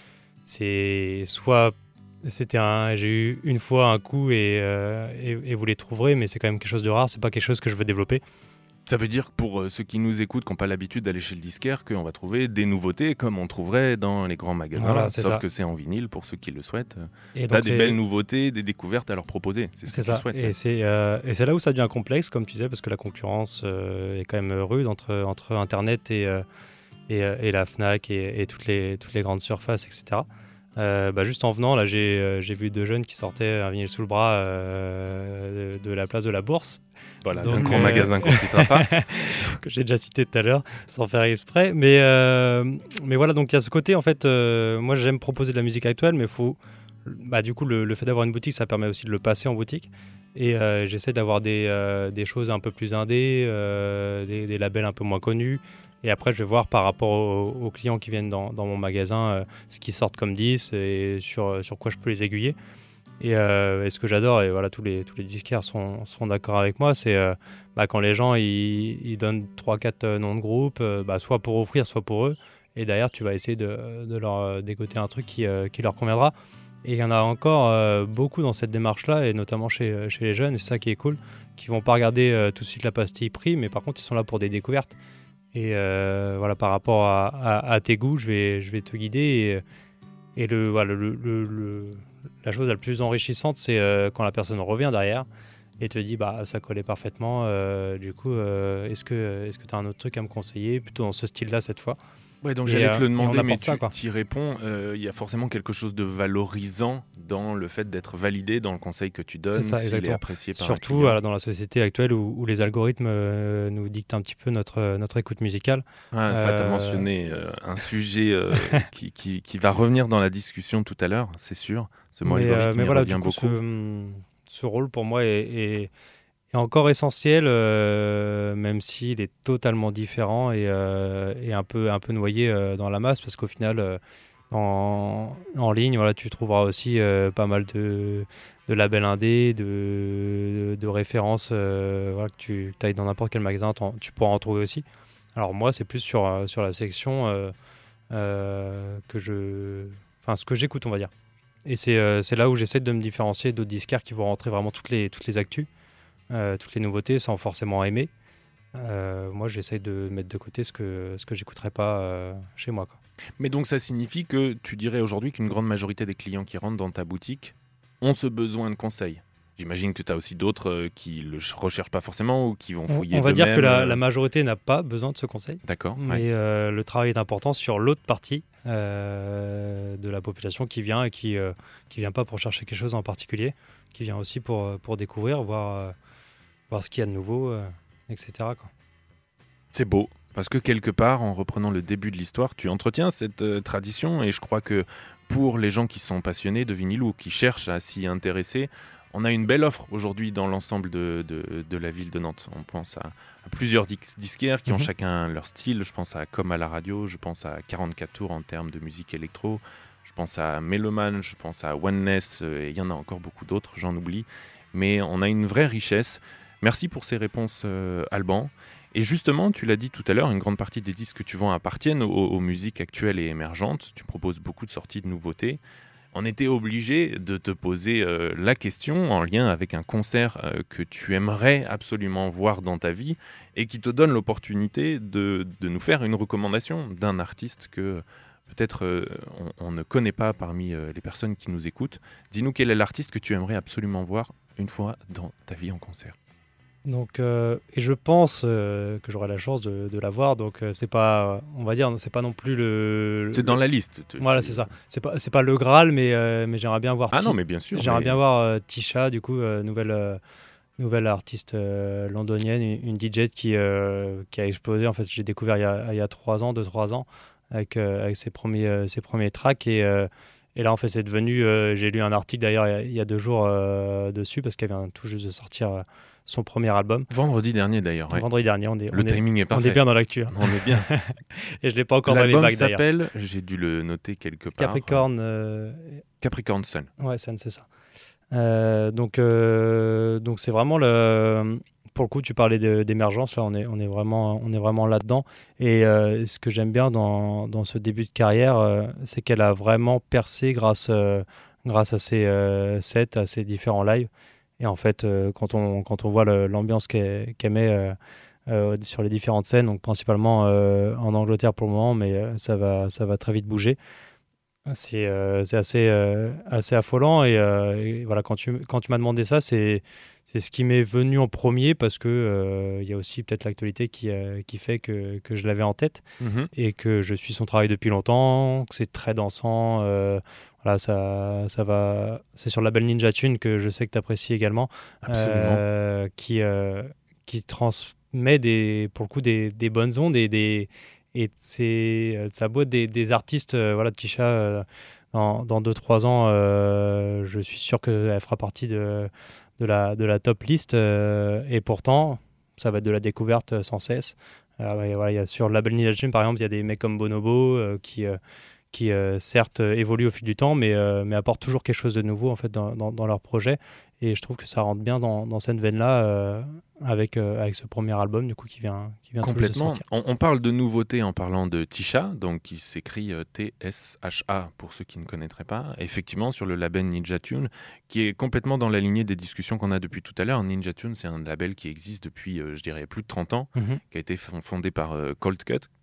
c'est soit j'ai eu une fois un coup et vous les trouverez, mais c'est quand même quelque chose de rare, c'est pas quelque chose que je veux développer. Ça veut dire que pour ceux qui nous écoutent, qui n'ont pas l'habitude d'aller chez le disquaire, qu'on va trouver des nouveautés comme on trouverait dans les grands magasins, voilà, sauf que c'est en vinyle pour ceux qui le souhaitent. Tu as des belles nouveautés, des découvertes à leur proposer, c'est ce que tu souhaites. Et c'est là où ça devient complexe, comme tu disais, parce que la concurrence est quand même rude entre Internet et la Fnac et toutes les grandes surfaces, etc. Juste en venant, là, j'ai vu 2 jeunes qui sortaient un vinyle sous le bras de la place de la Bourse. Voilà, donc, un grand magasin qu'on ne citera pas. Que j'ai déjà cité tout à l'heure, sans faire exprès. Mais voilà, donc il y a ce côté, en fait, moi j'aime proposer de la musique actuelle, mais faut, du coup, le fait d'avoir une boutique, ça permet aussi de le passer en boutique. Et j'essaie d'avoir des choses un peu plus indé, des labels un peu moins connus. Et après, je vais voir par rapport aux clients qui viennent dans mon magasin ce qu'ils sortent comme disques et sur quoi je peux les aiguiller. Et ce que j'adore, et voilà, tous les disquaires seront d'accord avec moi, c'est quand les gens ils donnent 3-4 noms de groupe, soit pour offrir, soit pour eux. Et derrière, tu vas essayer de leur dégoter un truc qui leur conviendra. Et il y en a encore beaucoup dans cette démarche-là, et notamment chez les jeunes, et c'est ça qui est cool, qui vont pas regarder tout de suite la pastille prix, mais par contre, ils sont là pour des découvertes. Et voilà, par rapport à tes goûts, je vais te guider Et la chose la plus enrichissante, c'est quand la personne revient derrière et te dit ça collait parfaitement. Du coup, est-ce que tu as un autre truc à me conseiller, plutôt dans ce style-là cette fois? Ouais, donc j'allais te le demander, mais tu y réponds. Il y a forcément quelque chose de valorisant dans le fait d'être validé dans le conseil que tu donnes, s'il est apprécié par surtout un client. Dans la société actuelle où les algorithmes nous dictent un petit peu notre écoute musicale. Ça, tu as mentionné un sujet qui va revenir dans la discussion tout à l'heure, c'est sûr. Ce mot algorithme mais voilà, revient du coup, beaucoup. Ce rôle pour moi est encore essentiel, même s'il est totalement différent et un peu noyé dans la masse, parce qu'au final, en ligne, tu trouveras aussi pas mal de labels indés, de références, que tu ailles dans n'importe quel magasin, tu pourras en trouver aussi. Alors moi, c'est plus sur la section ce que j'écoute, on va dire. Et c'est là où j'essaie de me différencier d'autres disquaires qui vont rentrer vraiment toutes les actus. Toutes les nouveautés sans forcément aimer. Moi, j'essaye de mettre de côté ce que j'écouterais pas chez moi, quoi. Mais donc, ça signifie que tu dirais aujourd'hui qu'une grande majorité des clients qui rentrent dans ta boutique ont ce besoin de conseils. J'imagine que tu as aussi d'autres qui le recherchent pas forcément ou qui vont fouiller. On va dire que la majorité n'a pas besoin de ce conseil. D'accord. Mais le travail est important sur l'autre partie de la population qui vient et qui vient pas pour chercher quelque chose en particulier, qui vient aussi pour découvrir, voir ce qu'il y a de nouveau, etc. quoi. C'est beau, parce que quelque part, en reprenant le début de l'histoire, tu entretiens cette tradition, et je crois que pour les gens qui sont passionnés de vinyle ou qui cherchent à s'y intéresser, on a une belle offre aujourd'hui dans l'ensemble de la ville de Nantes. On pense à plusieurs disquaires qui ont chacun leur style. Je pense à Comme à la radio, je pense à 44 tours en termes de musique électro, je pense à Meloman, je pense à Oneness, et il y en a encore beaucoup d'autres, j'en oublie. Mais on a une vraie richesse. Merci pour ces réponses, Alban. Et justement, tu l'as dit tout à l'heure, une grande partie des disques que tu vends appartiennent aux musiques actuelles et émergentes. Tu proposes beaucoup de sorties de nouveautés. On était obligé de te poser la question en lien avec un concert que tu aimerais absolument voir dans ta vie et qui te donne l'opportunité de nous faire une recommandation d'un artiste que peut-être on ne connaît pas parmi les personnes qui nous écoutent. Dis-nous quel est l'artiste que tu aimerais absolument voir une fois dans ta vie en concert. Donc, et je pense que j'aurai la chance de la voir. Donc, c'est pas, on va dire, c'est pas non plus c'est dans la liste. Voilà, c'est ça. C'est pas le Graal, mais j'aimerais bien voir. Non, mais bien sûr. J'aimerais bien voir Tisha, du coup, nouvelle artiste londonienne, une DJ qui a explosé. En fait, j'ai découvert il y a 2-3 ans, avec ses premiers tracks et là, en fait, c'est devenu. J'ai lu un article d'ailleurs il y a 2 jours dessus parce qu'elle vient tout juste de sortir son premier album. Vendredi dernier d'ailleurs. Ouais. Vendredi dernier, le timing est parfait. On est bien dans l'actu. On est bien. Et je l'ai pas encore dans les bacs d'ailleurs. L'album s'appelle, j'ai dû le noter quelque part. Capricorn Sun. Ouais, Sun, c'est ça. Donc c'est vraiment pour le coup, tu parlais d'émergence, là, on est vraiment là-dedans. Et ce que j'aime bien dans ce début de carrière, c'est qu'elle a vraiment percé grâce à ses sets, à ses différents lives. Et en fait, quand on voit l'ambiance qu'elle met sur les différentes scènes, donc principalement en Angleterre pour le moment, mais ça va très vite bouger. C'est assez affolant et voilà, quand tu m'as demandé ça, c'est ce qui m'est venu en premier parce que il y a aussi peut-être l'actualité qui fait que je l'avais en tête et que je suis son travail depuis longtemps, que c'est très dansant. Voilà, ça va. C'est sur le label Ninja Tune que je sais que tu apprécies également. Absolument. Qui transmet pour le coup des bonnes ondes et ça boîte des artistes. Voilà, Tisha, dans 2-3 ans, je suis sûr qu'elle fera partie de la top list. Et pourtant, ça va être de la découverte sans cesse. Voilà, sur le label Ninja Tune, par exemple, il y a des mecs comme Bonobo qui certes évoluent au fil du temps, mais apportent toujours quelque chose de nouveau en fait dans leur projet. Et je trouve que ça rentre bien dans cette veine-là avec ce premier album du coup qui vient complètement. Tout juste de sortir. On parle de nouveautés en parlant de Tisha, donc qui s'écrit T-S-H-A pour ceux qui ne connaîtraient pas. Effectivement, sur le label Ninja Tune, qui est complètement dans la lignée des discussions qu'on a depuis tout à l'heure. Ninja Tune, c'est un label qui existe depuis, je dirais, plus de 30 ans, qui a été fondé par Cold Cut,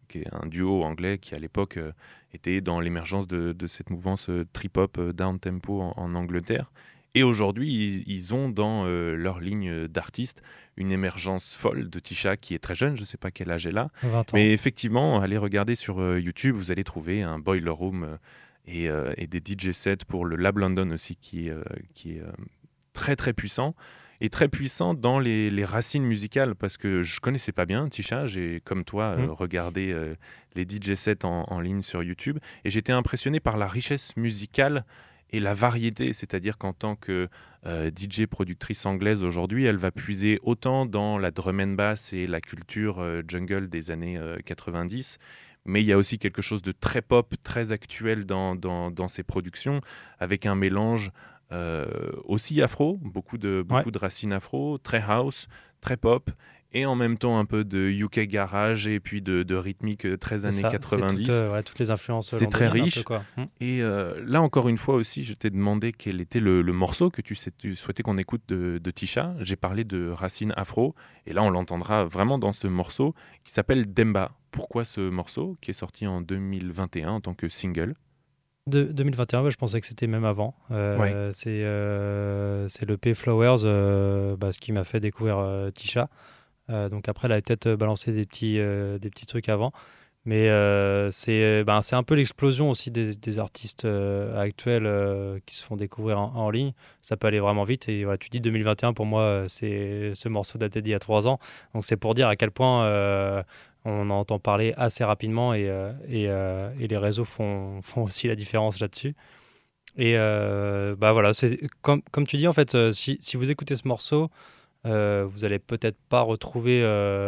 qui est un duo anglais qui, à l'époque, était dans l'émergence de cette mouvance trip-hop down-tempo en Angleterre. Et aujourd'hui, ils ont dans leur ligne d'artistes une émergence folle de Tisha qui est très jeune, je ne sais pas quel âge elle a. 20 ans. Mais effectivement, allez regarder sur YouTube, vous allez trouver un Boiler Room et des DJ sets pour le Lab London aussi qui est très très puissant. Et très puissant dans les racines musicales, parce que je ne connaissais pas bien Tisha, j'ai comme toi regardé les DJ sets en ligne sur YouTube, et j'étais impressionné par la richesse musicale et la variété, c'est-à-dire qu'en tant que DJ productrice anglaise aujourd'hui, elle va puiser autant dans la drum and bass et la culture jungle des années 90, mais il y a aussi quelque chose de très pop, très actuel dans ses productions, avec un mélange aussi afro, beaucoup de racines afro, très house, très pop, et en même temps un peu de UK garage et puis de rythmique très années 90. Toutes les influences. C'est très riche. Et là, encore une fois aussi, je t'ai demandé quel était le morceau que tu souhaitais qu'on écoute de Tisha. J'ai parlé de racines afro, et là, on l'entendra vraiment dans ce morceau qui s'appelle Demba. Pourquoi ce morceau qui est sorti en 2021 en tant que single? 2021, je pensais que c'était même avant. C'est l'EP Flowers, ce qui m'a fait découvrir Tisha. Donc après, elle avait peut-être balancé des petits trucs avant. Mais c'est un peu l'explosion aussi des artistes actuels qui se font découvrir en ligne. Ça peut aller vraiment vite. Et voilà, tu dis 2021, pour moi, c'est ce morceau daté d'il y a 3 ans. Donc c'est pour dire à quel point on en entend parler assez rapidement et les réseaux font aussi la différence là-dessus. Et voilà, c'est comme tu dis, en fait, si vous écoutez ce morceau, vous allez peut-être pas retrouver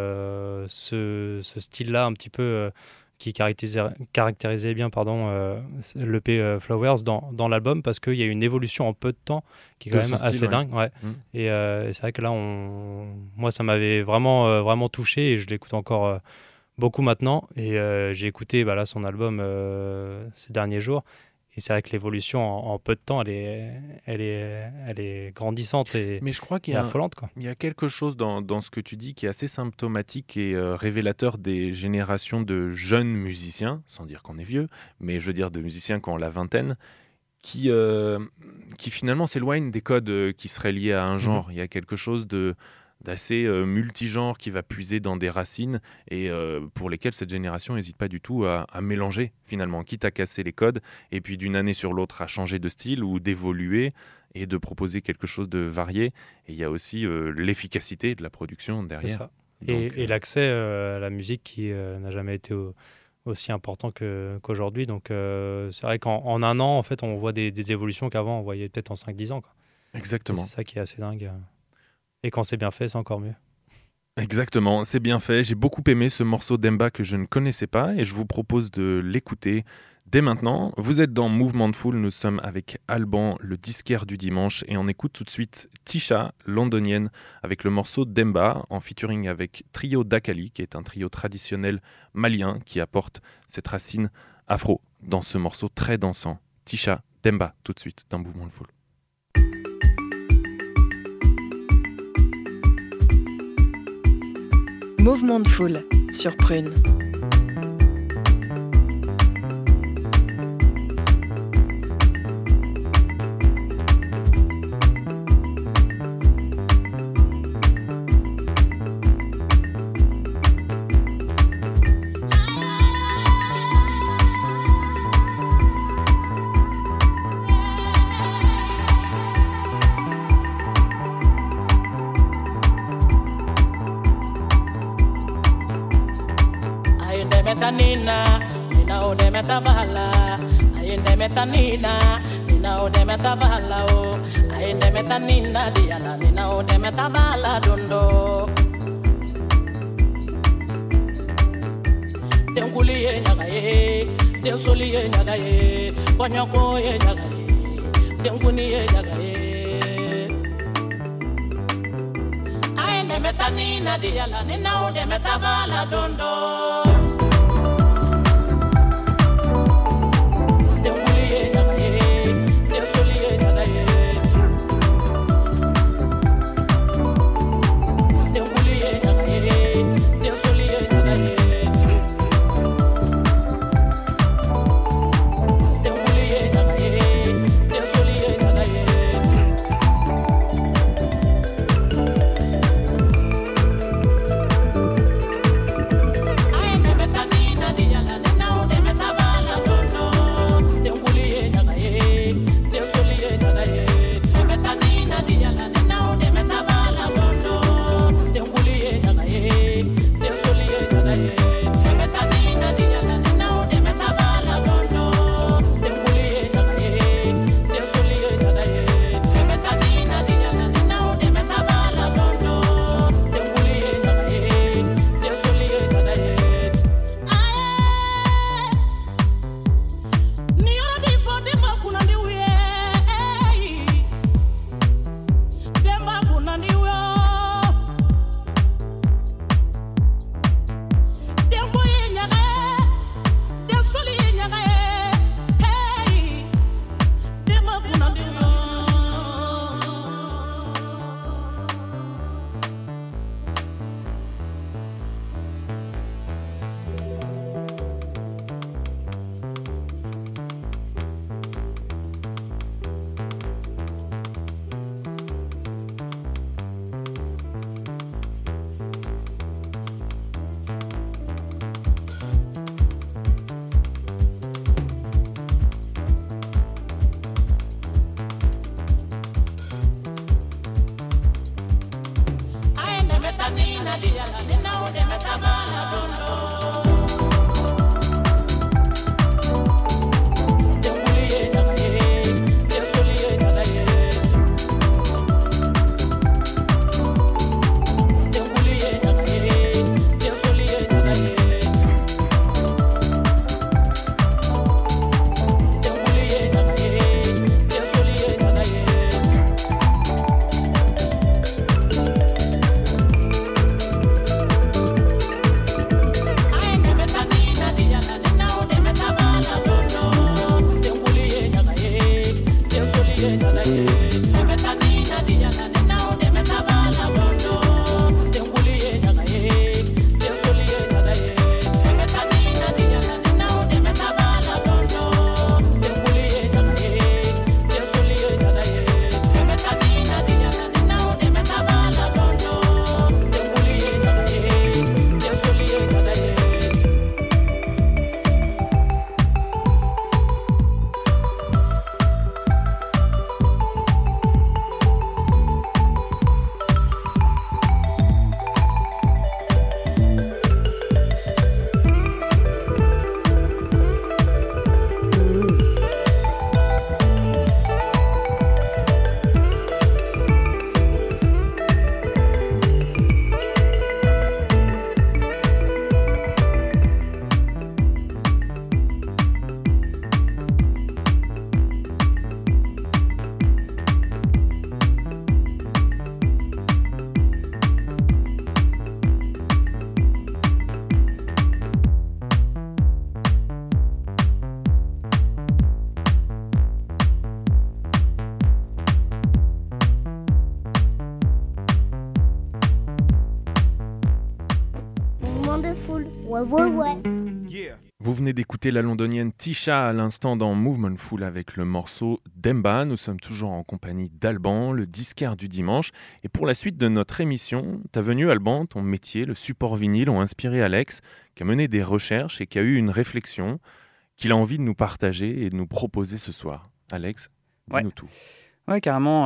ce style-là un petit peu qui caractérisait bien l'EP Flowers dans l'album, parce qu'il y a une évolution en peu de temps qui est quand même assez dingue. Et c'est vrai que là, moi, ça m'avait vraiment touché, et je l'écoute encore beaucoup maintenant. Et j'ai écouté son album ces derniers jours. Et c'est vrai que l'évolution en peu de temps, elle est grandissante et affolante, quoi. Il y a quelque chose dans ce que tu dis qui est assez symptomatique et révélateur des générations de jeunes musiciens, sans dire qu'on est vieux, mais je veux dire de musiciens qui ont la vingtaine, qui finalement s'éloignent des codes qui seraient liés à un genre. Il y a quelque chose d'assez multigenre qui va puiser dans des racines et pour lesquelles cette génération n'hésite pas du tout à mélanger finalement, quitte à casser les codes et puis d'une année sur l'autre à changer de style ou d'évoluer et de proposer quelque chose de varié. Et il y a aussi l'efficacité de la production derrière. C'est ça. Et l'accès à la musique qui n'a jamais été aussi important qu'aujourd'hui. Donc c'est vrai qu'en un an, en fait, on voit des évolutions qu'avant on voyait peut-être en 5-10 ans, quoi. Exactement. Et c'est ça qui est assez dingue. Et quand c'est bien fait, c'est encore mieux. Exactement, c'est bien fait. J'ai beaucoup aimé ce morceau d'Emba que je ne connaissais pas et je vous propose de l'écouter dès maintenant. Vous êtes dans Movementful, nous sommes avec Alban, le disquaire du dimanche, et on écoute tout de suite Tisha, londonienne, avec le morceau d'Emba, en featuring avec Trio Dakali, qui est un trio traditionnel malien qui apporte cette racine afro dans ce morceau très dansant. Tisha, d'Emba, tout de suite dans Movementful. Movementful sur Prune. Nina ode metabala ayende metanina nina ode metabala o ayende metanina diana nina ode metabala dondo tenguli ye nyaga ye tensoli ye nyaga ye ponyoko ye nyaga ye tenguni ye nyaga ye ayende metanina diana nina ode metabala dondo. Ouais. Vous venez d'écouter la londonienne Tisha à l'instant dans Movement Full avec le morceau Demba. Nous sommes toujours en compagnie d'Alban, le disquaire du dimanche. Et pour la suite de notre émission, ta venue Alban, ton métier, le support vinyle, ont inspiré Alex, qui a mené des recherches et qui a eu une réflexion qu'il a envie de nous partager et de nous proposer ce soir. Alex, dis-nous tout. Ouais, carrément.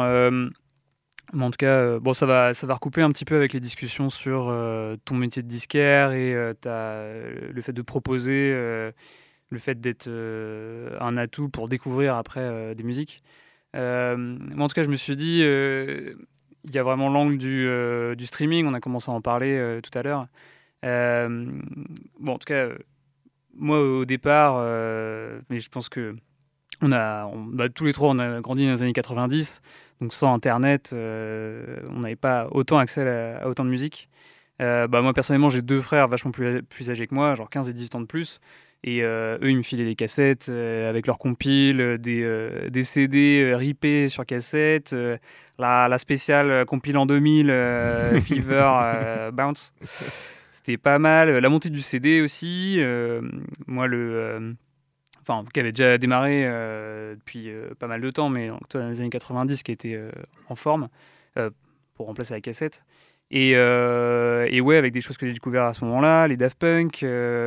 Mais en tout cas, ça va recouper un petit peu avec les discussions sur ton métier de disquaire et le fait de proposer, le fait d'être un atout pour découvrir après des musiques. Moi, en tout cas, je me suis dit, il y a vraiment l'angle du streaming, on a commencé à en parler tout à l'heure. En tout cas, moi, au départ, mais je pense que tous les trois, on a grandi dans les années 90, donc sans Internet, on n'avait pas autant accès à autant de musique. Moi, personnellement, j'ai 2 frères vachement plus âgés que moi, genre 15 et 18 ans de plus, et eux, ils me filaient des cassettes avec leurs compiles, des CD ripés sur cassette, la spéciale compile en 2000, Fever, Bounce. C'était pas mal. La montée du CD aussi, moi, qui avait déjà démarré depuis pas mal de temps, mais dans les années 90, qui était en forme pour remplacer la cassette. Et ouais, avec des choses que j'ai découvertes à ce moment-là, les Daft Punk,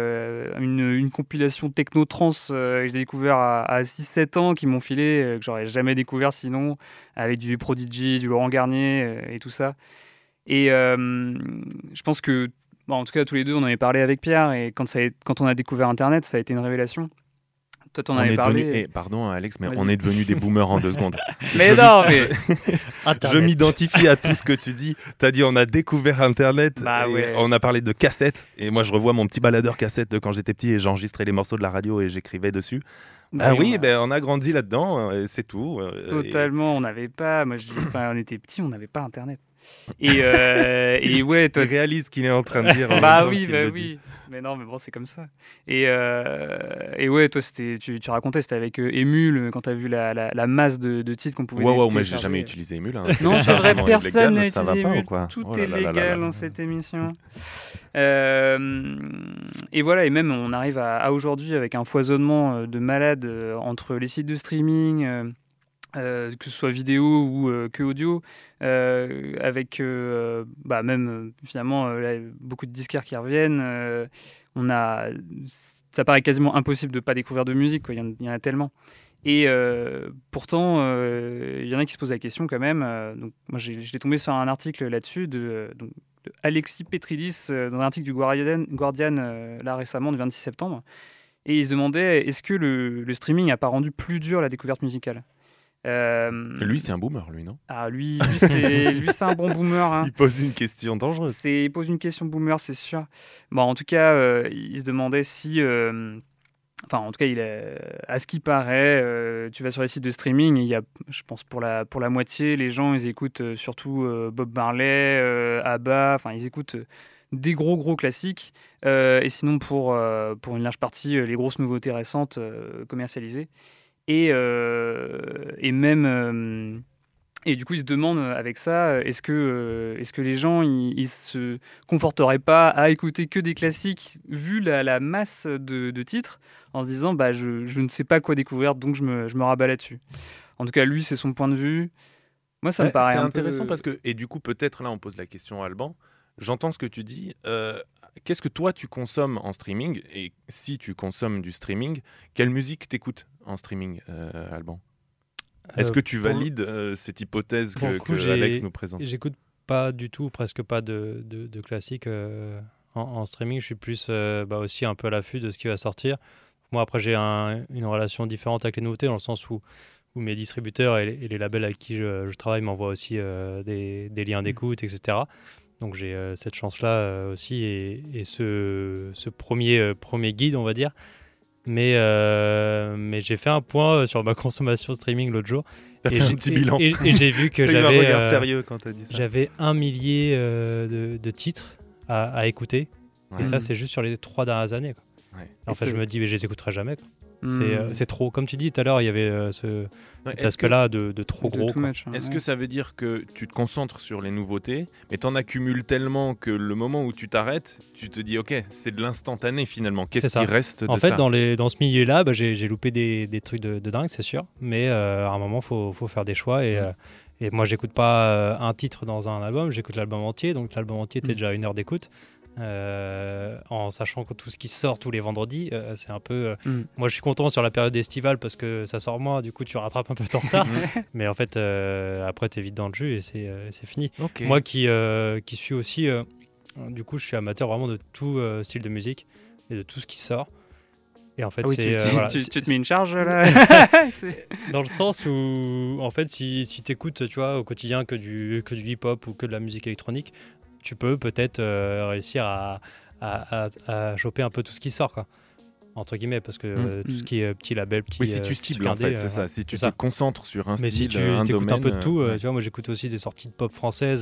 une compilation techno-trance que j'ai découvert à 6-7 ans, qui m'ont filé, que j'aurais jamais découvert sinon, avec du Prodigy, du Laurent Garnier et tout ça. Et je pense que, en tout cas, tous les deux, on en avait parlé avec Pierre, et quand on a découvert Internet, ça a été une révélation. Toi, t'en avais parlé. Pardon, Alex, mais on est devenus des boomers en 2 secondes. Mais non, mais je m'identifie à tout ce que tu dis. T'as dit on a découvert Internet, ouais. On a parlé de cassettes, et moi je revois mon petit baladeur cassette de quand j'étais petit et j'enregistrais les morceaux de la radio et j'écrivais dessus. On a grandi là-dedans, et c'est tout. Totalement, on n'avait pas. Moi, on était petits, on n'avait pas Internet. Et ouais, toi, tu réalises qu'il est en train de dire. Oui. Mais non, mais bon, c'est comme ça. Et ouais, toi, tu racontais, c'était avec Emule, quand t'as vu la masse de titres qu'on pouvait télécharger. Moi, j'ai jamais utilisé Emule. Hein. Non, c'est vrai, personne n'a utilisé Emule. Tout est légal légal dans cette émission. Et voilà, et même on arrive à aujourd'hui avec un foisonnement de malades entre les sites de streaming, que ce soit vidéo ou que audio, avec même finalement beaucoup de disquaires qui reviennent. Ça paraît quasiment impossible de ne pas découvrir de musique, quoi. Il y en a tellement. Et pourtant, il y en a qui se posent la question quand même. Donc, moi, j'étais tombé sur un article là-dessus de Alexis Petridis dans un article du Guardian là récemment, du 26 septembre. Et il se demandait, est-ce que le streaming n'a pas rendu plus dur la découverte musicale ? Lui, c'est un boomer, lui, non ? Ah, lui, c'est un bon boomer. Hein. Il pose une question dangereuse. Il pose une question boomer, c'est sûr. Bon, en tout cas, il se demandait si... Enfin, en tout cas, à ce qui paraît, tu vas sur les sites de streaming, et il y a, je pense, pour la moitié, les gens, ils écoutent surtout Bob Marley, ABBA, enfin, ils écoutent des gros classiques, et sinon, pour une large partie, les grosses nouveautés récentes commercialisées. Et même... Et du coup, ils se demandent avec ça, est-ce que les gens, ils se conforteraient pas à écouter que des classiques, vu la masse de titres, en se disant, je ne sais pas quoi découvrir, donc je me rabats là-dessus. En tout cas, lui, c'est son point de vue. Moi, ça me paraît c'est un intéressant peu... parce que, et du coup, peut-être là, on pose la question à Alban. J'entends ce que tu dis. Qu'est-ce que toi, tu consommes en streaming ? Et si tu consommes du streaming, quelle musique t'écoutes en streaming, Alban ? Est-ce que tu valides cette hypothèse que Alex nous présente ? J'écoute pas du tout, presque pas de classique en streaming. Je suis plus aussi un peu à l'affût de ce qui va sortir. Moi, après, j'ai une relation différente avec les nouveautés, dans le sens où mes distributeurs et les labels avec qui je travaille m'envoient aussi des liens d'écoute, etc. Donc j'ai cette chance-là aussi et ce premier guide, on va dire. Mais j'ai fait un point sur ma consommation streaming l'autre jour. T'as fait un petit bilan. Et j'ai vu que t'as eu un regard sérieux quand t'as dit ça. J'avais 1 millier de titres à écouter. Ouais. Et ça, c'est juste sur les 3 dernières années, quoi. Ouais. En fait, je me dis, mais je les écouterai jamais, quoi. C'est trop. Comme tu dis tout à l'heure, il y avait cet aspect-là de trop gros. Est-ce que ça veut dire que tu te concentres sur les nouveautés, mais t'en accumules tellement que le moment où tu t'arrêtes, tu te dis ok, c'est de l'instantané finalement. Qu'est-ce qui reste de ça ? En fait, dans ce milieu-là, j'ai loupé des trucs de dingue, c'est sûr. Mais à un moment, faut faire des choix et moi, j'écoute pas un titre dans un album, j'écoute l'album entier. Donc l'album entier était déjà 1 heure d'écoute. En sachant que tout ce qui sort tous les vendredis, c'est un peu... Moi, je suis content sur la période estivale parce que ça sort moins, du coup, tu rattrapes un peu ton retard. Mais en fait, après, t'es vite dans le jus et c'est fini. Okay. Moi qui suis aussi... du coup, je suis amateur vraiment de tout style de musique et de tout ce qui sort. Et en fait, tu te mets une charge là. Dans le sens où, en fait, si t'écoutes, tu vois, au quotidien que du hip-hop ou que de la musique électronique, tu peux peut-être réussir à choper un peu tout ce qui sort, quoi. Entre guillemets, parce que tout ce qui est petit label, petit... Oui, si tu cibles, en fait, c'est ça. Si tu te concentres sur un mais style, si tu écoutes un peu de tout, tu vois, moi j'écoute aussi des sorties de pop françaises,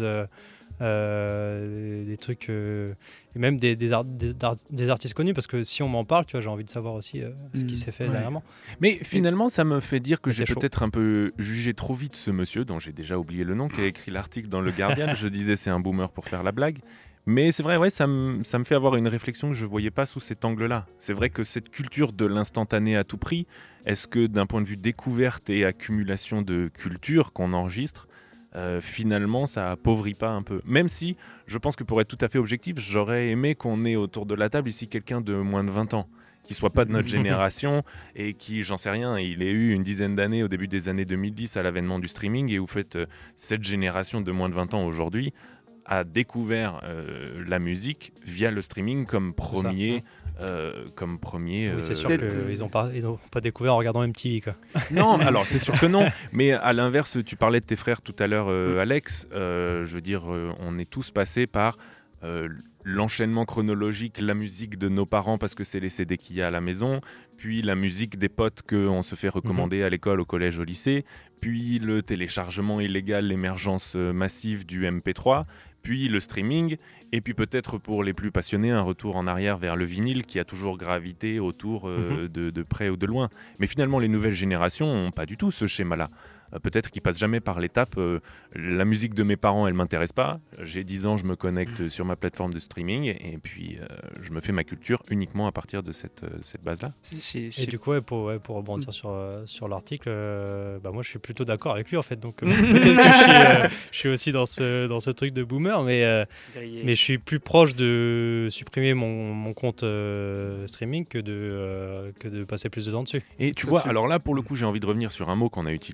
des trucs... et même des artistes connus, parce que si on m'en parle, tu vois, j'ai envie de savoir aussi ce qui s'est fait dernièrement. Mais finalement, ça me fait dire que j'ai peut-être un peu jugé trop vite ce monsieur, dont j'ai déjà oublié le nom, qui a écrit l'article dans le Guardian. Je disais c'est un boomer pour faire la blague. Mais c'est vrai, ouais, ça me fait avoir une réflexion que je ne voyais pas sous cet angle-là. C'est vrai que cette culture de l'instantané à tout prix, est-ce que d'un point de vue découverte et accumulation de culture qu'on enregistre, finalement, ça appauvrit pas un peu ? Même si, je pense que pour être tout à fait objectif, j'aurais aimé qu'on ait autour de la table ici quelqu'un de moins de 20 ans, qui soit pas de notre génération et qui, j'en sais rien, il ait eu une dizaine d'années au début des années 2010 à l'avènement du streaming et vous faites cette génération de moins de 20 ans aujourd'hui a découvert la musique via le streaming comme premier. Oui, c'est sûr qu'ils n'ont pas découvert en regardant MTV, quoi. Non, alors c'est sûr que non. Mais à l'inverse, tu parlais de tes frères tout à l'heure, Alex. Je veux dire, on est tous passés par l'enchaînement chronologique, la musique de nos parents parce que c'est les CD qu'il y a à la maison, puis la musique des potes qu'on se fait recommander à l'école, au collège, au lycée, puis le téléchargement illégal, l'émergence massive du MP3, puis le streaming, et puis peut-être pour les plus passionnés, un retour en arrière vers le vinyle qui a toujours gravité autour de près ou de loin. Mais finalement, les nouvelles générations n'ont pas du tout ce schéma-là. Peut-être qu'ils passent jamais par l'étape la musique de mes parents, elle m'intéresse pas. J'ai 10 ans, je me connecte sur ma plateforme de streaming et puis je me fais ma culture uniquement à partir de cette base-là. Et du coup, pour rebondir sur l'article, moi je suis plutôt d'accord avec lui en fait. Donc peut-être que je suis aussi dans ce truc de boomer, mais je suis plus proche de supprimer mon compte streaming que de passer plus de temps dessus. Et tu vois, alors là pour le coup, j'ai envie de revenir sur un mot qu'on a utilisé tout à l'heure.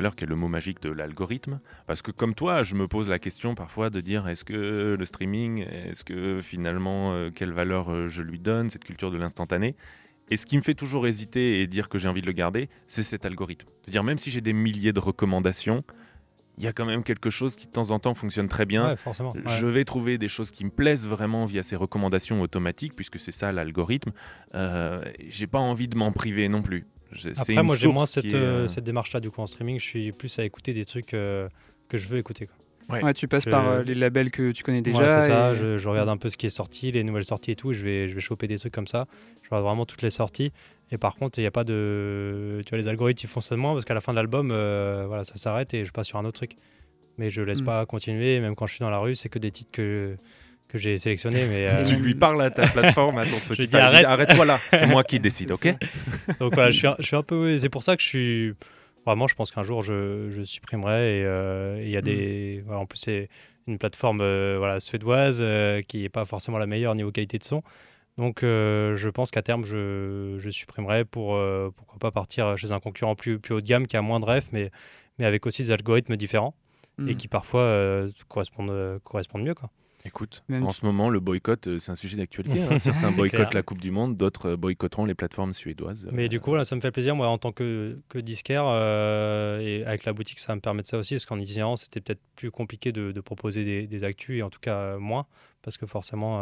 l'heure, qui est le mot magique de l'algorithme. Parce que comme toi, je me pose la question parfois de dire est-ce que le streaming, est-ce que finalement, quelle valeur je lui donne, cette culture de l'instantané. Et ce qui me fait toujours hésiter et dire que j'ai envie de le garder, c'est cet algorithme. C'est-à-dire même si j'ai des milliers de recommandations, il y a quand même quelque chose qui de temps en temps fonctionne très bien. Ouais, forcément. Ouais. Je vais trouver des choses qui me plaisent vraiment via ces recommandations automatiques, puisque c'est ça l'algorithme. J'ai pas envie de m'en priver non plus. Après, moi j'ai moins cette démarche-là du coup en streaming. Je suis plus à écouter des trucs que je veux écouter, quoi. Ouais, tu passes par les labels que tu connais déjà. Ouais, c'est ça, je regarde un peu ce qui est sorti, les nouvelles sorties et tout, et je vais choper des trucs comme ça. Je regarde vraiment toutes les sorties. Et par contre, il n'y a pas de... Tu vois, les algorithmes, ils fonctionnent moins parce qu'à la fin de l'album, voilà, ça s'arrête et je passe sur un autre truc. Mais je laisse pas continuer, même quand je suis dans la rue, c'est que des titres que j'ai sélectionnés. Mais, Tu lui parles à ta plateforme, à ton Spotify. Je dis arrête-toi là, c'est moi qui décide, ok? Donc voilà, je suis un peu... C'est pour ça que je suis... Vraiment, je pense qu'un jour, je supprimerai. Et il y a des... Voilà, en plus, c'est une plateforme suédoise qui n'est pas forcément la meilleure niveau qualité de son. Donc, je pense qu'à terme, je supprimerai pour pourquoi pas partir chez un concurrent plus haut de gamme qui a moins de refs, mais avec aussi des algorithmes différents et qui parfois correspondent mieux, quoi. Écoute, en ce moment, le boycott, c'est un sujet d'actualité. Hein. Certains boycottent la Coupe du Monde, d'autres boycotteront les plateformes suédoises. Mais du coup, voilà, ça me fait plaisir, moi, en tant que disquaire, et avec la boutique, ça me permet de ça aussi, parce qu'en itinérant, c'était peut-être plus compliqué de proposer des actus, et en tout cas moins, parce que forcément,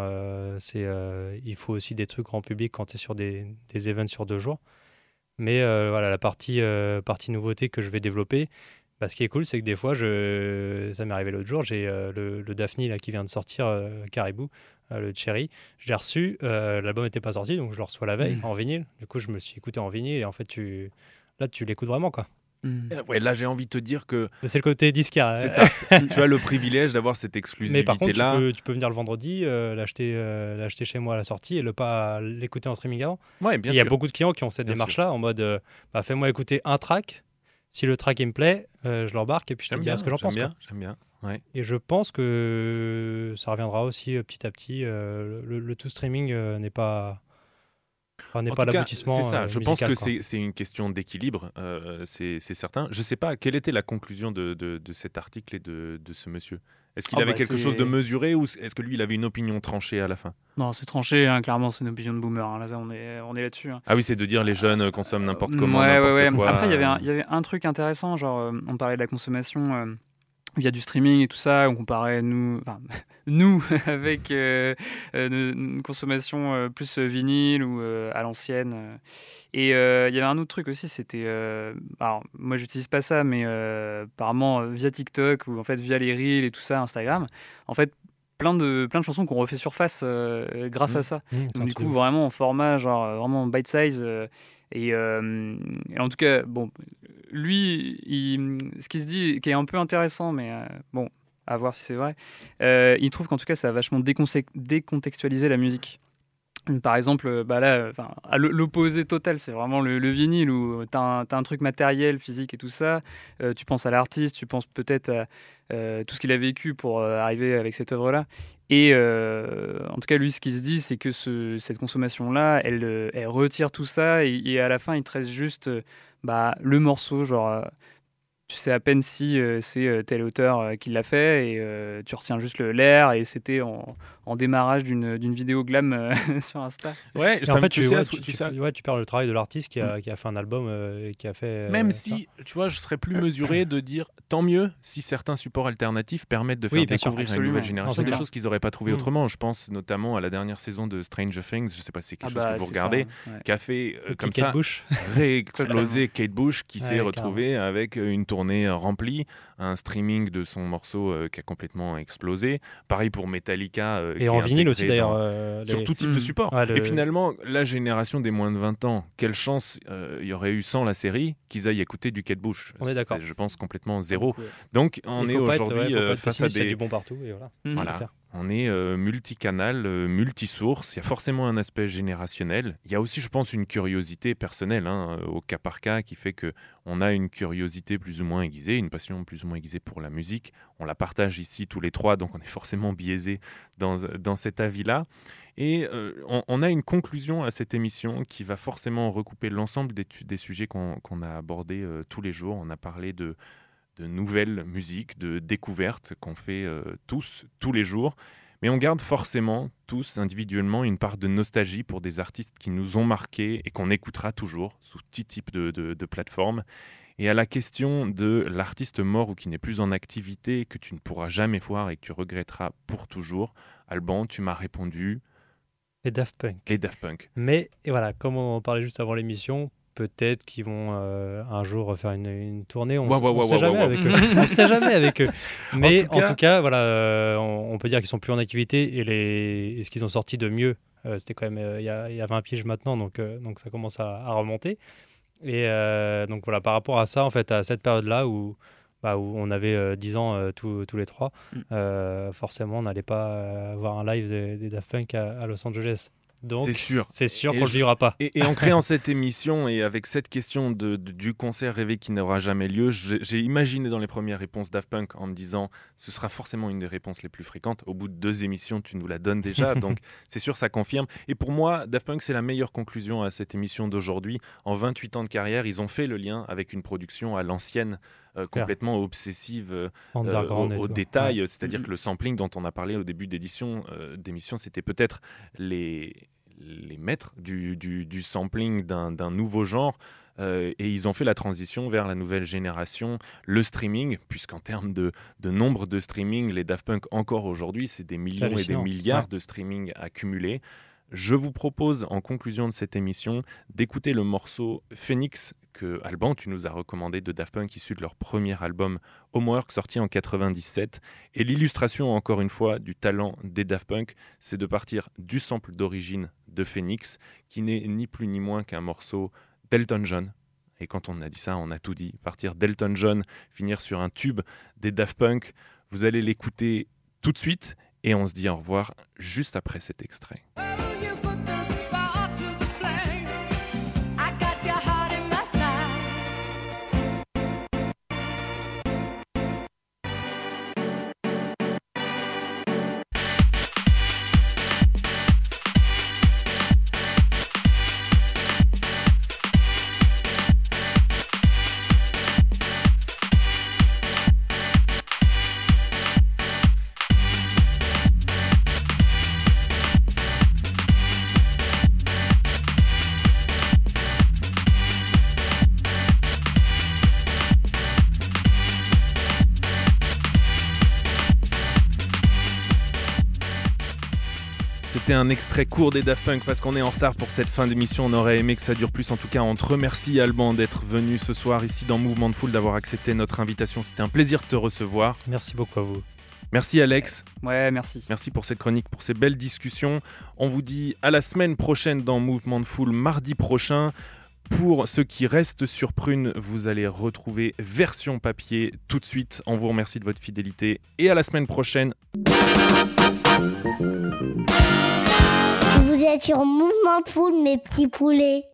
il faut aussi des trucs grand public quand tu es sur des events sur 2 jours. Mais voilà, la partie nouveauté que je vais développer, ce qui est cool, c'est que des fois, ça m'est arrivé l'autre jour, j'ai le Daphne là, qui vient de sortir, Caribou, le Cherry. Je l'ai reçu, l'album n'était pas sorti, donc je le reçois la veille en vinyle. Du coup, je me suis écouté en vinyle et en fait, tu l'écoutes vraiment, quoi. Ouais, là, j'ai envie de te dire que... C'est le côté disquaire. C'est ça. Tu as le privilège d'avoir cette exclusivité-là. Mais par contre, tu peux venir le vendredi, l'acheter chez moi à la sortie et pas l'écouter en streaming avant. Ouais, bien sûr. Il y a beaucoup de clients qui ont cette démarche-là, en mode, fais-moi écouter un track. Si le track il me plaît, je l'embarque et puis je te dirai ce que j'en pense. J'aime bien. Ouais. Et je pense que ça reviendra aussi petit à petit. Le tout streaming n'est pas l'aboutissement. C'est ça. Je musical, pense que c'est une question d'équilibre, c'est certain. Je ne sais pas, quelle était la conclusion de cet article et de ce monsieur? Est-ce qu'il avait quelque chose de mesuré ou est-ce que lui, il avait une opinion tranchée à la fin? Non, c'est tranché, hein, clairement, c'est une opinion de boomer. Hein. Là, on est là-dessus. Hein. Ah oui, c'est de dire les jeunes consomment n'importe comment, ouais. quoi. Après, il y avait un truc intéressant, genre, on parlait de la consommation via du streaming et tout ça, on comparait nous avec une consommation plus vinyle ou à l'ancienne. Et il y avait un autre truc aussi, c'était... alors, moi, j'utilise pas ça, mais apparemment, via TikTok ou en fait via les Reels et tout ça, Instagram, en fait, plein de chansons qu'on refait surface grâce à ça. Donc, du coup, vraiment en format, genre vraiment bite size. Et en tout cas, bon, lui, ce qu'il se dit, qui est un peu intéressant, mais bon, à voir si c'est vrai, il trouve qu'en tout cas, ça a vachement décontextualisé la musique. Par exemple, là, à l'opposé total, c'est vraiment le vinyle où t'as un truc matériel, physique et tout ça. Tu penses à l'artiste, tu penses peut-être à tout ce qu'il a vécu pour arriver avec cette œuvre-là. Et en tout cas, lui, ce qu'il se dit, c'est que cette consommation-là, elle retire tout ça et à la fin, il te reste juste le morceau, genre... tu sais à peine si c'est tel auteur qui l'a fait et tu retiens juste l'air et c'était en démarrage d'une vidéo glam sur Insta. Ouais, en fait, tu perds le travail de l'artiste qui a fait un album et qui a fait... Même si, tu vois, je serais plus mesuré de dire tant mieux si certains supports alternatifs permettent de faire découvrir à une nouvelle génération des choses qu'ils n'auraient pas trouvées autrement. Je pense notamment à la dernière saison de Stranger Things, je ne sais pas si c'est quelque chose que vous regardez, qui a fait comme ça réexploser Kate Bush qui s'est retrouvée avec une tournée remplie, un streaming de son morceau qui a complètement explosé. Pareil pour Metallica. Et en vinyle aussi d'ailleurs. Sur tout type de support. Et finalement, la génération des moins de 20 ans, quelle chance il y aurait eu sans la série qu'ils aillent écouter du Kate Bush. On est d'accord. Je pense complètement zéro. Donc on est aujourd'hui face à des... Il y a du bon partout. Et voilà. On est multicanal, multisource. Il y a forcément un aspect générationnel. Il y a aussi, je pense, une curiosité personnelle au cas par cas qui fait qu'on a une curiosité plus ou moins aiguisée, une passion plus ou moins aiguisée pour la musique. On la partage ici tous les trois, donc on est forcément biaisé dans cet avis-là. Et on a une conclusion à cette émission qui va forcément recouper l'ensemble des sujets qu'on a abordés tous les jours. On a parlé de nouvelles musiques, de découvertes qu'on fait tous les jours. Mais on garde forcément, tous individuellement, une part de nostalgie pour des artistes qui nous ont marqués et qu'on écoutera toujours sous tout type de plateforme. Et à la question de l'artiste mort ou qui n'est plus en activité, que tu ne pourras jamais voir et que tu regretteras pour toujours, Alban, tu m'as répondu... Les Daft Punk. Mais et voilà, comme on en parlait juste avant l'émission... Peut-être qu'ils vont un jour faire une tournée. On ne sait jamais avec eux. On sait jamais avec eux. Mais en tout cas, voilà, on peut dire qu'ils sont plus en activité et ce qu'ils ont sorti de mieux, c'était quand même il y a 20 piges maintenant, donc ça commence à remonter. Et donc voilà, par rapport à ça, en fait, à cette période-là où on avait 10 ans tous les trois, forcément, on n'allait pas avoir un live des Daft Punk à Los Angeles. Donc, c'est sûr qu'on ne le vivra pas. Et en créant cette émission et avec cette question du concert rêvé qui n'aura jamais lieu, j'ai imaginé dans les premières réponses Daft Punk en me disant ce sera forcément une des réponses les plus fréquentes. Au bout de 2 émissions, tu nous la donnes déjà. Donc c'est sûr, ça confirme. Et pour moi, Daft Punk, c'est la meilleure conclusion à cette émission d'aujourd'hui. En 28 ans de carrière, ils ont fait le lien avec une production à l'ancienne, complètement obsessive au détail. Ouais. C'est-à-dire que le sampling dont on a parlé au début d'émission, c'était peut-être les maîtres du sampling d'un nouveau genre, et ils ont fait la transition vers la nouvelle génération, le streaming, puisqu'en termes de nombre de streaming, les Daft Punk encore aujourd'hui, c'est des millions et des milliards de streaming accumulés. Je vous propose, en conclusion de cette émission, d'écouter le morceau Phoenix que, Alban, tu nous as recommandé de Daft Punk, issu de leur premier album Homework, sorti en 97. Et l'illustration, encore une fois, du talent des Daft Punk, c'est de partir du sample d'origine de Phoenix, qui n'est ni plus ni moins qu'un morceau d'Elton John. Et quand on a dit ça, on a tout dit. Partir d'Elton John, finir sur un tube des Daft Punk. Vous allez l'écouter tout de suite et on se dit au revoir juste après cet extrait. C'était un extrait court des Daft Punk parce qu'on est en retard pour cette fin d'émission. On aurait aimé que ça dure plus. En tout cas, on te remercie, Alban, d'être venu ce soir ici dans Mouvement de Foule, d'avoir accepté notre invitation. C'était un plaisir de te recevoir. Merci beaucoup à vous. Merci Alex. Ouais, merci. Merci pour cette chronique, pour ces belles discussions. On vous dit à la semaine prochaine dans Mouvement de Foule, mardi prochain. Pour ceux qui restent sur Prune, vous allez retrouver version papier tout de suite. On vous remercie de votre fidélité et à la semaine prochaine. Vous êtes sur Mouvement de Foule, mes petits poulets.